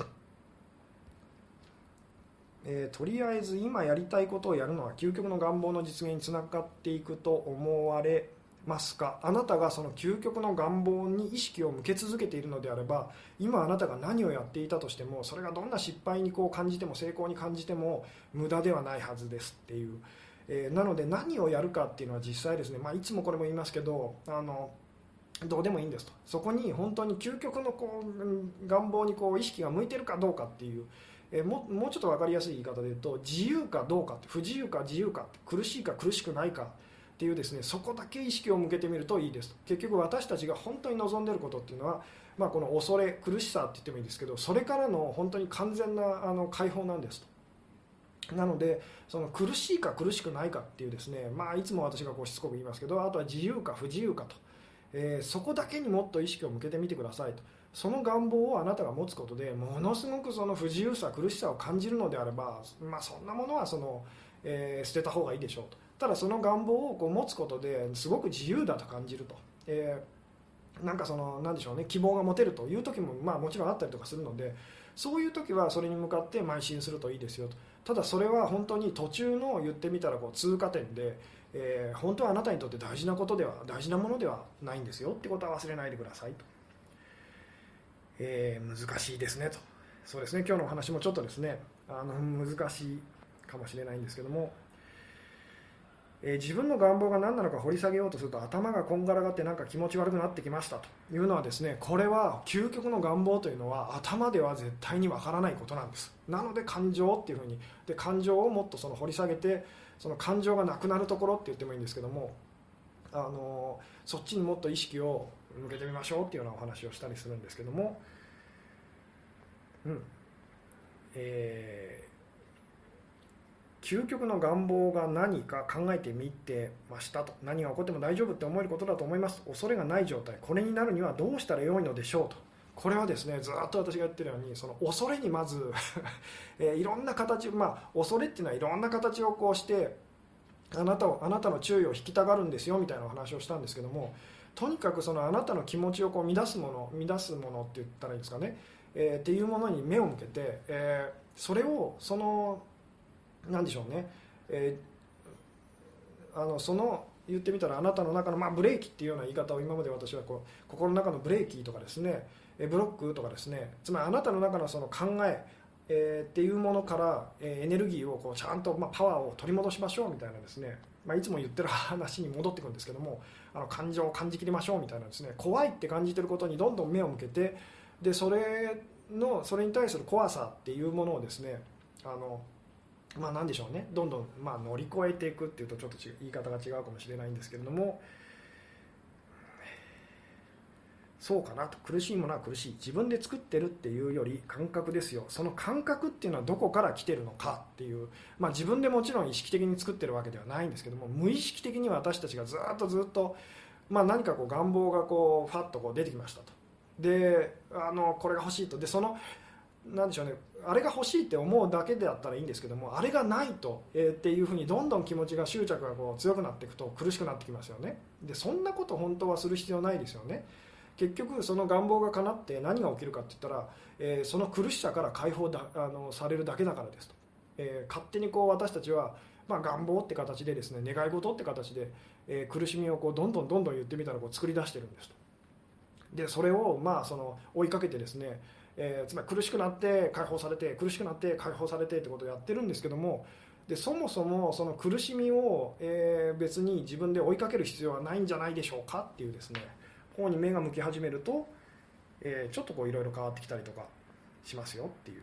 とりあえず今やりたいことをやるのは究極の願望の実現につながっていくと思われますか。あなたがその究極の願望に意識を向け続けているのであれば、今あなたが何をやっていたとしても、それがどんな失敗に感じても成功に感じても無駄ではないはずですっていう、なので何をやるかっていうのは実際ですね、いつもこれも言いますけど、どうでもいいんですと。そこに本当に究極の願望に意識が向いてるかどうかっていう、もうちょっと分かりやすい言い方で言うと、自由かどうかって、不自由か自由か、苦しいか苦しくないかっていうですね、そこだけ意識を向けてみるといいですと。結局私たちが本当に望んでいることっていうのは、この恐れ苦しさって言ってもいいんですけど、それからの本当に完全な解放なんですと。なのでその苦しいか苦しくないかっていうですね、いつも私がしつこく言いますけど、あとは自由か不自由かと、そこだけにもっと意識を向けてみてくださいと。その願望をあなたが持つことでものすごくその不自由さ苦しさを感じるのであれば、そんなものは捨てた方がいいでしょうと。ただその願望を持つことですごく自由だと感じると、なんでしょうね、希望が持てるという時ももちろんあったりとかするので、そういう時はそれに向かって邁進するといいですよと。ただそれは本当に途中の言ってみたら通過点で、本当はあなたにとって大事なものではないんですよってことは忘れないでくださいと。難しいですねと。そうですね、今日のお話もちょっとですね難しいかもしれないんですけども、自分の願望が何なのか掘り下げようとすると頭がこんがらがって気持ち悪くなってきましたというのはですね、これは究極の願望というのは頭では絶対にわからないことなんです。なので感情っていうふうにで、感情をもっと掘り下げて、その感情がなくなるところって言ってもいいんですけども、そっちにもっと意識を向けてみましょうっていうようなお話をしたりするんですけども、究極の願望が何か考えてみてましたと。何が起こっても大丈夫って思えることだと思います。恐れがない状態、これになるにはどうしたらよいのでしょうと。これはですね、ずっと私が言ってるように、その恐れにまずいろんな形、恐れっていうのはいろんな形をしてあなたの注意を引きたがるんですよみたいなお話をしたんですけども、とにかくあなたの気持ちを乱すものって言ったらいいんですかね、っていうものに目を向けて、それをなんでしょうね、言ってみたらあなたの中の、ブレーキっていうような言い方を今まで私は心の中のブレーキとかですね、ブロックとかですね、つまりあなたの中の考えっていうものからエネルギーをちゃんとパワーを取り戻しましょうみたいなですね、いつも言ってる話に戻ってくるんですけども、感情を感じきりましょうみたいなですね、怖いって感じてることにどんどん目を向けて、でそれに対する怖さっていうものをですね、なんでしょうね、どんどん乗り越えていくっていうとちょっと言い方が違うかもしれないんですけれども、そうかなと。苦しいものは苦しい、自分で作ってるっていうより感覚ですよ。その感覚っていうのはどこから来てるのかっていう、自分でもちろん意識的に作ってるわけではないんですけども、無意識的に私たちがずっと、何か願望がファッと出てきましたと。でこれが欲しいと。でなんでしょうね、あれが欲しいって思うだけであったらいいんですけども、あれがないと、っていうふうにどんどん気持ちが執着がこう強くなっていくと苦しくなってきますよね。でそんなこと本当はする必要ないですよね。結局その願望が叶って何が起きるかって言ったら、その苦しさから解放されるだけだからですと、勝手にこう私たちは、願望って形でですね、願い事って形で、苦しみをこうどんどん言ってみたらこう作り出してるんですと。でそれをその追いかけてですね、つまり苦しくなって解放されて苦しくなって解放されてってことをやってるんですけども、でそもそもその苦しみを、別に自分で追いかける必要はないんじゃないでしょうかっていうですね方に目が向き始めると、ちょっとこういろいろ変わってきたりとかしますよっていう、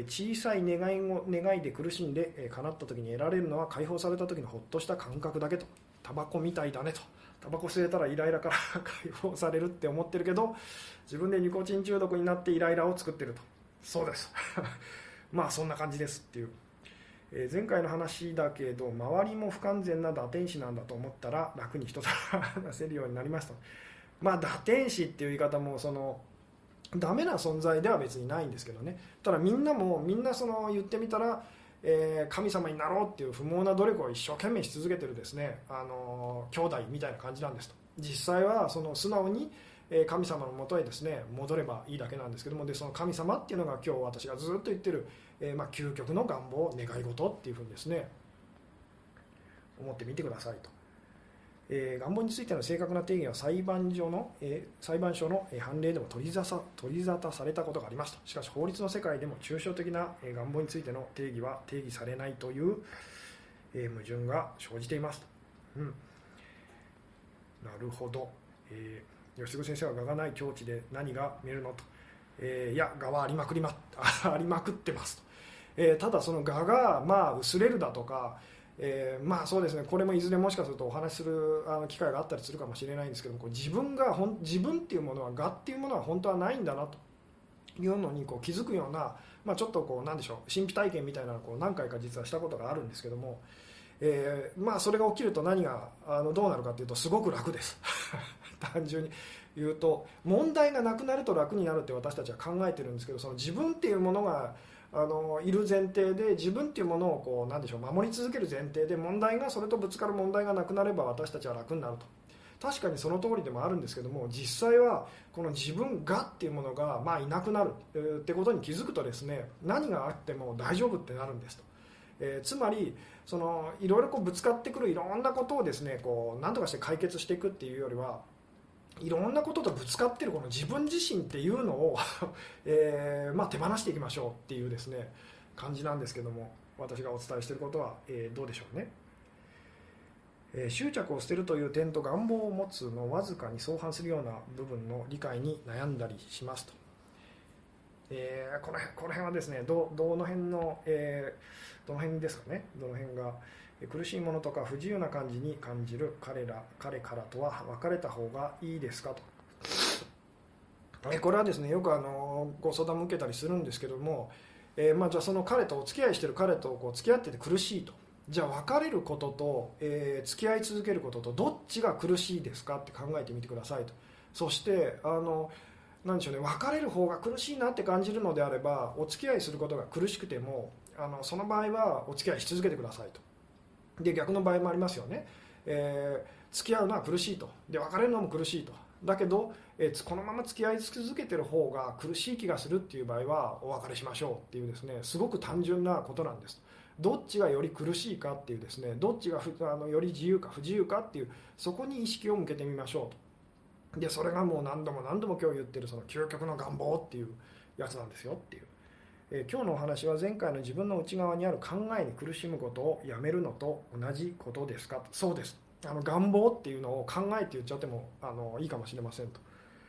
小さい願いで苦しんで、叶った時に得られるのは解放された時のほっとした感覚だけと。タバコみたいだねと。タバコ吸えたらイライラから解放されるって思ってるけど、自分でニコチン中毒になってイライラを作ってると。そうですそんな感じですっていう、前回の話だけど、周りも不完全な堕天使なんだと思ったら楽に人と話せるようになりました。堕天使っていう言い方もそのダメな存在では別にないんですけどね。ただみんなその言ってみたら、神様になろうっていう不毛な努力を一生懸命し続けてるですね、兄弟みたいな感じなんですと。実際はその素直に神様のもとへですね戻ればいいだけなんですけども、でその神様っていうのが今日私がずっと言ってる、究極の願望願い事っていうふうにですね思ってみてくださいと。願望についての正確な定義は裁判所の判例でも取り沙汰されたことがありますと。しかし法律の世界でも抽象的な願望についての定義は定義されないという、矛盾が生じていますと。なるほど。吉純先生は我がない境地で何が見えるのと。いや我はありまくってますと。ただその我が薄れるだとか、そうですね、これもいずれもしかするとお話しする機会があったりするかもしれないんですけども、自分っていうものは我っていうものは本当はないんだなというのに気づくような、ちょっと神秘体験みたいなのを何回か実はしたことがあるんですけども、それが起きると何がどうなるかというとすごく楽です単純に言うと、問題がなくなると楽になるって私たちは考えてるんですけど、その自分っていうものがいる前提で、自分っていうものを守り続ける前提で、それとぶつかる問題がなくなれば私たちは楽になると。確かにその通りでもあるんですけども、実際はこの自分がっていうものがいなくなるってことに気づくとですね、何があっても大丈夫ってなるんですと。つまりいろいろぶつかってくるいろんなことをですね何とかして解決していくっていうよりは、いろんなこととぶつかってるこの自分自身っていうのを手放していきましょうっていうですね感じなんですけども、私がお伝えしていることは、どうでしょうね。執着を捨てるという点と願望を持つのわずかに相反するような部分の理解に悩んだりしますと。この辺はですねどの辺ですかね。どの辺が苦しいものとか不自由な感じに感じる彼からとは別れた方がいいですかと。これはですねよくご相談も受けたりするんですけども、じゃあその彼とお付き合いしている彼と付き合ってて苦しいと。じゃあ別れることと、付き合い続けることとどっちが苦しいですかって考えてみてくださいと。そしてなんでしょうね、別れる方が苦しいなって感じるのであれば、お付き合いすることが苦しくてもその場合はお付き合いし続けてくださいと。で逆の場合もありますよね。付き合うのは苦しいと。で別れるのも苦しいと。だけど、このまま付き合い続けてる方が苦しい気がするっていう場合はお別れしましょうっていうですね、すごく単純なことなんです。どっちがより苦しいかっていうですね、どっちがより自由か不自由かっていう、そこに意識を向けてみましょうと。でそれがもう何度も今日言ってるその究極の願望っていうやつなんですよっていう。今日のお話は前回の自分の内側にある考えに苦しむことをやめるのと同じことですか。そうです。願望っていうのを考えって言っちゃってもいいかもしれませんと。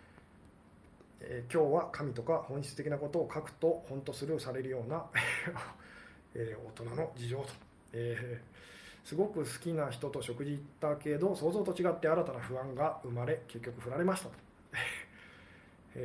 今日は神とか本質的なことを書くと本当スルーされるような大人の事情と、すごく好きな人と食事行ったけど想像と違って新たな不安が生まれ結局振られましたと。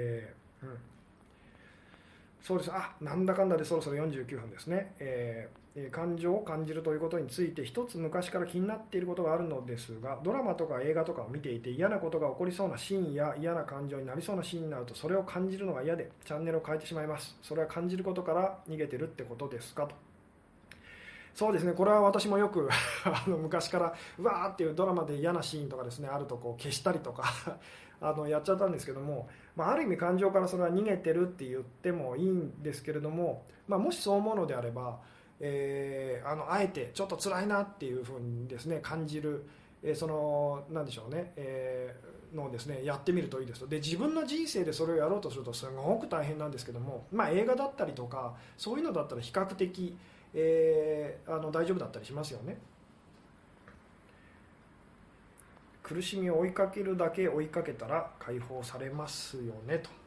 そうです。なんだかんだでそろそろ49分ですね。 感情を感じるということについて一つ昔から気になっていることがあるのですが、ドラマとか映画とかを見ていて嫌なことが起こりそうなシーンや嫌な感情になりそうなシーンになるとそれを感じるのが嫌でチャンネルを変えてしまいます。それは感じることから逃げてるってことですかと。そうですね、これは私もよく昔からうわーっていうドラマで嫌なシーンとかですねあるとこう消したりとかやっちゃったんですけども、ある意味感情からそれは逃げてるって言ってもいいんですけれども、もしそう思うのであれば、あえてちょっと辛いなっていうふうにですね感じる、そのなんでしょうね、のをですねやってみるといいですと。で自分の人生でそれをやろうとするとすごく大変なんですけども、映画だったりとかそういうのだったら比較的、大丈夫だったりしますよね。苦しみを追いかけるだけ追いかけたら解放されますよねと。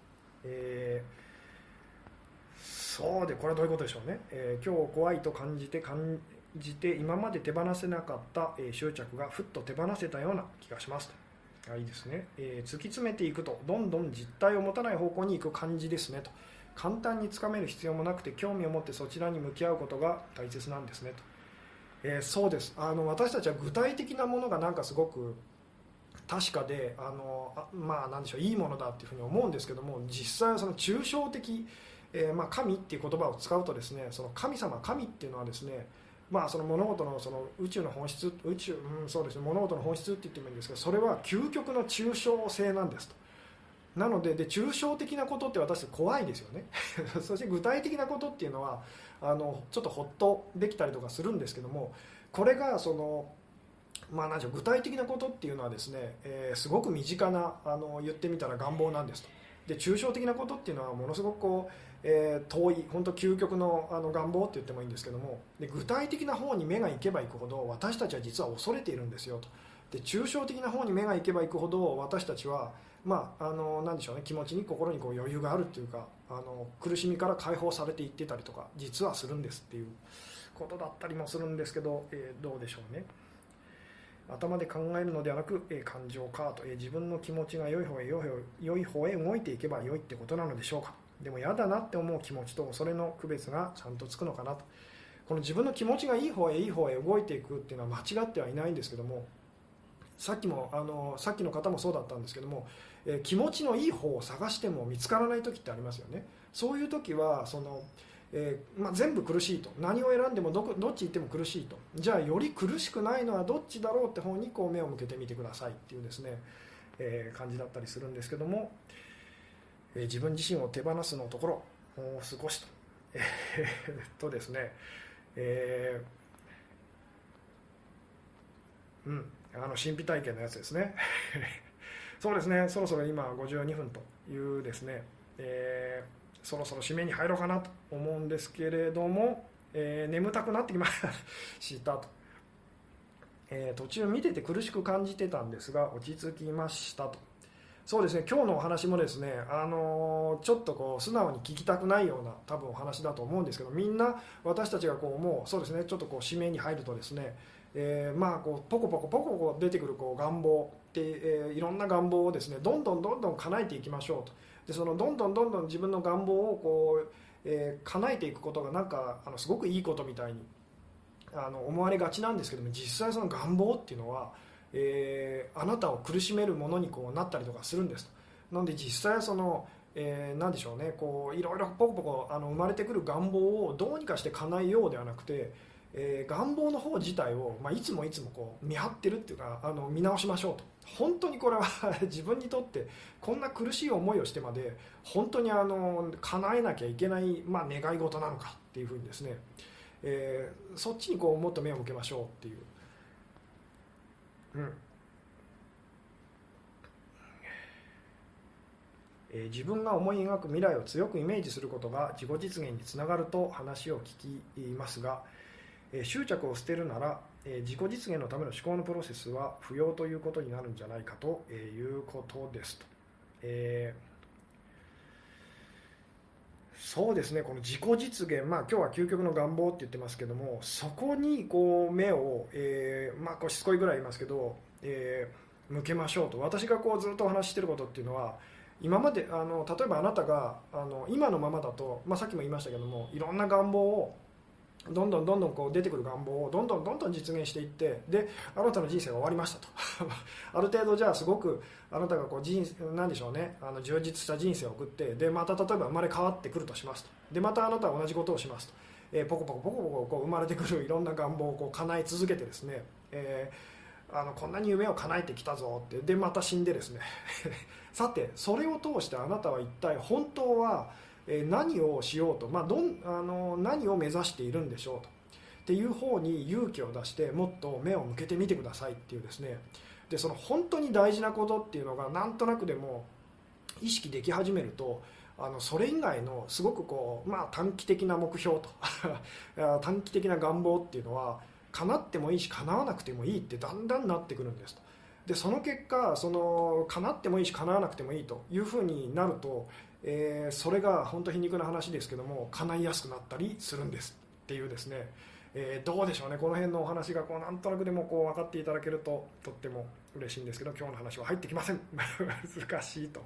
そうでこれはどういうことでしょうね。今日怖いと感じて今まで手放せなかった、執着がふっと手放せたような気がしますと。いいですね。突き詰めていくとどんどん実体を持たない方向に行く感じですねと。簡単につかめる必要もなくて興味を持ってそちらに向き合うことが大切なんですねと。そうです。私たちは具体的なものがなんかすごく確かでなんでしょう、いいものだっていうふうに思うんですけども、実際はその抽象的、神っていう言葉を使うとですね、その神っていうのはですね、その物事のその宇宙の本質、そうですね、物事の本質って言ってもいいんですけど、それは究極の抽象性なんですと。なので抽象的なことって私怖いですよねそして具体的なことっていうのはちょっとホッとできたりとかするんですけども、これがそのなんでしょう、具体的なことっていうのはですね、すごく身近な言ってみたら願望なんですと。で抽象的なことっていうのはものすごくこう、遠い本当究極の願望って言ってもいいんですけども、で具体的な方に目がいけばいくほど私たちは実は恐れているんですよと。で抽象的な方に目がいけばいくほど私たちはなんでしょうね、気持ちに心にこう余裕があるっていうか苦しみから解放されていってたりとか実はするんですっていうことだったりもするんですけど、どうでしょうね。頭で考えるのではなく、感情かと、自分の気持ちが良い方へ動いていけば良いってことなのでしょうか。でも嫌だなって思う気持ちとそれの区別がちゃんとつくのかなと。この自分の気持ちがいい方へ動いていくっていうのは間違ってはいないんですけども、さっきの方もそうだったんですけども、気持ちのいい方を探しても見つからない時ってありますよね。そういう時はその全部苦しいと、何を選んでもどっち行っても苦しいと、じゃあより苦しくないのはどっちだろうって方にこう目を向けてみてくださいっていうですね、感じだったりするんですけども、自分自身を手放すのところもう少しと、ですね、神秘体験のやつですねそうですね、そろそろ今52分というですね、そろそろ締めに入ろうかなと思うんですけれども、眠たくなってきましたと。途中見てて苦しく感じてたんですが落ち着きましたと。そうですね、今日のお話もですね、ちょっとこう素直に聞きたくないような多分お話だと思うんですけど、みんな私たちがこうもうそうですね、ちょっとこう締めに入るとですね、こうポコポコ出てくるこう願望って、いろんな願望をですねどんどん叶えていきましょうと。でそのどんどん自分の願望をこう、叶えていくことがなんかすごくいいことみたいに思われがちなんですけども、実際その願望っていうのは、あなたを苦しめるものにこうなったりとかするんですと。なので実際はその、なんでしょうね、こういろいろポコポコ生まれてくる願望をどうにかして叶えようではなくて、願望の方自体を、いつもこう見張ってるっていうか見直しましょうと。本当にこれは自分にとってこんな苦しい思いをしてまで本当に叶えなきゃいけない、願い事なのかっていうふうにですね、そっちにこうもっと目を向けましょうっていう、自分が思い描く未来を強くイメージすることが自己実現につながると話を聞きますが、執着を捨てるなら、自己実現のための思考のプロセスは不要ということになるんじゃないかということですと。そうですね、この自己実現、今日は究極の願望って言ってますけども、そこにこう目を、こうしつこいぐらい言いますけど、向けましょうと。私がこうずっとお話ししていることっていうのは、今まで例えばあなたが今のままだと、さっきも言いましたけども、いろんな願望をどんどんどんどんこう出てくる願望をどんどんどんどん実現していって、であなたの人生が終わりましたとある程度じゃあすごくあなたがこうなんでしょうね、充実した人生を送って、でまた例えば生まれ変わってくるとしますと、でまたあなたは同じことをしますと、ポコポコポコポコこう生まれてくるいろんな願望をこう叶え続けてですね、こんなに夢を叶えてきたぞって、でまた死んでですねさてそれを通してあなたは一体本当は何をしようと、何を目指しているんでしょうとっていう方に勇気を出してもっと目を向けてみてくださいっていうですね、でその本当に大事なことっていうのがなんとなくでも意識でき始めると、それ以外のすごくこう、短期的な目標と短期的な願望っていうのは叶ってもいいし叶わなくてもいいってだんだんなってくるんですと。でその結果叶ってもいいし叶わなくてもいいというふうになると、それが本当皮肉な話ですけども叶いやすくなったりするんですっていうですね、どうでしょうね、この辺のお話がこうなんとなくでもこう分かっていただけるととっても嬉しいんですけど、今日の話は入ってきません難しいと、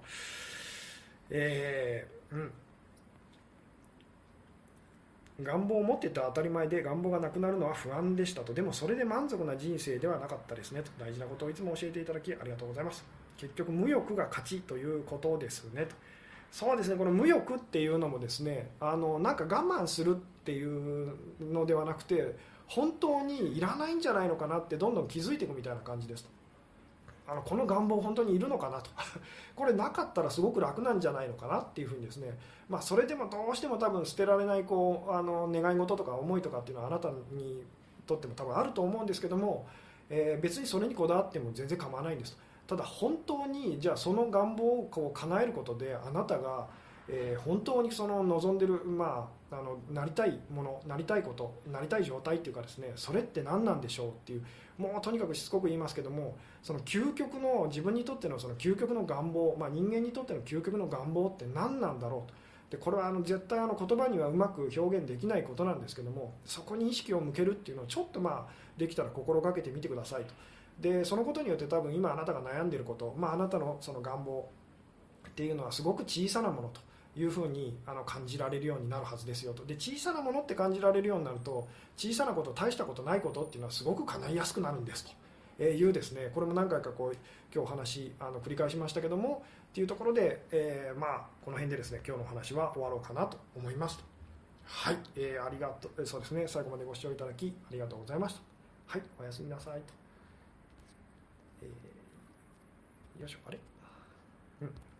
願望を持っていた当たり前で願望がなくなるのは不安でしたと、でもそれで満足な人生ではなかったですねと、大事なことをいつも教えていただきありがとうございます。結局無欲が勝ちということですねと。そうですね、この無欲っていうのもですね、なんか我慢するっていうのではなくて、本当にいらないんじゃないのかなってどんどん気づいていくみたいな感じですと。この願望本当にいるのかなとこれなかったらすごく楽なんじゃないのかなっていうふうにですね、それでもどうしても多分捨てられないこう願い事とか思いとかっていうのはあなたにとっても多分あると思うんですけども、別にそれにこだわっても全然構わないんですと。ただ本当にじゃあその願望をこう叶えることであなたが、本当にその望んでる、なりたいもの、なりたいこと、なりたい状態っていうかですね、それって何なんでしょうっていう、もうとにかくしつこく言いますけども、その究極の自分にとってのその究極の願望、人間にとっての究極の願望って何なんだろうと。でこれは絶対言葉にはうまく表現できないことなんですけども、そこに意識を向けるっていうのをちょっとできたら心がけてみてくださいと。でそのことによって多分今あなたが悩んでいること、あなたのその願望っていうのはすごく小さなものというふうに感じられるようになるはずですよと。で小さなものって感じられるようになると、小さなこと、大したことないことっていうのはすごく叶いやすくなるんですというですね、これも何回かこう今日お話繰り返しましたけどもっていうところで、この辺でですね今日のお話は終わろうかなと思いますと。はい、ありがとう、そうですね、最後までご視聴いただきありがとうございました。はい、おやすみなさいと。よいしょ、あれ、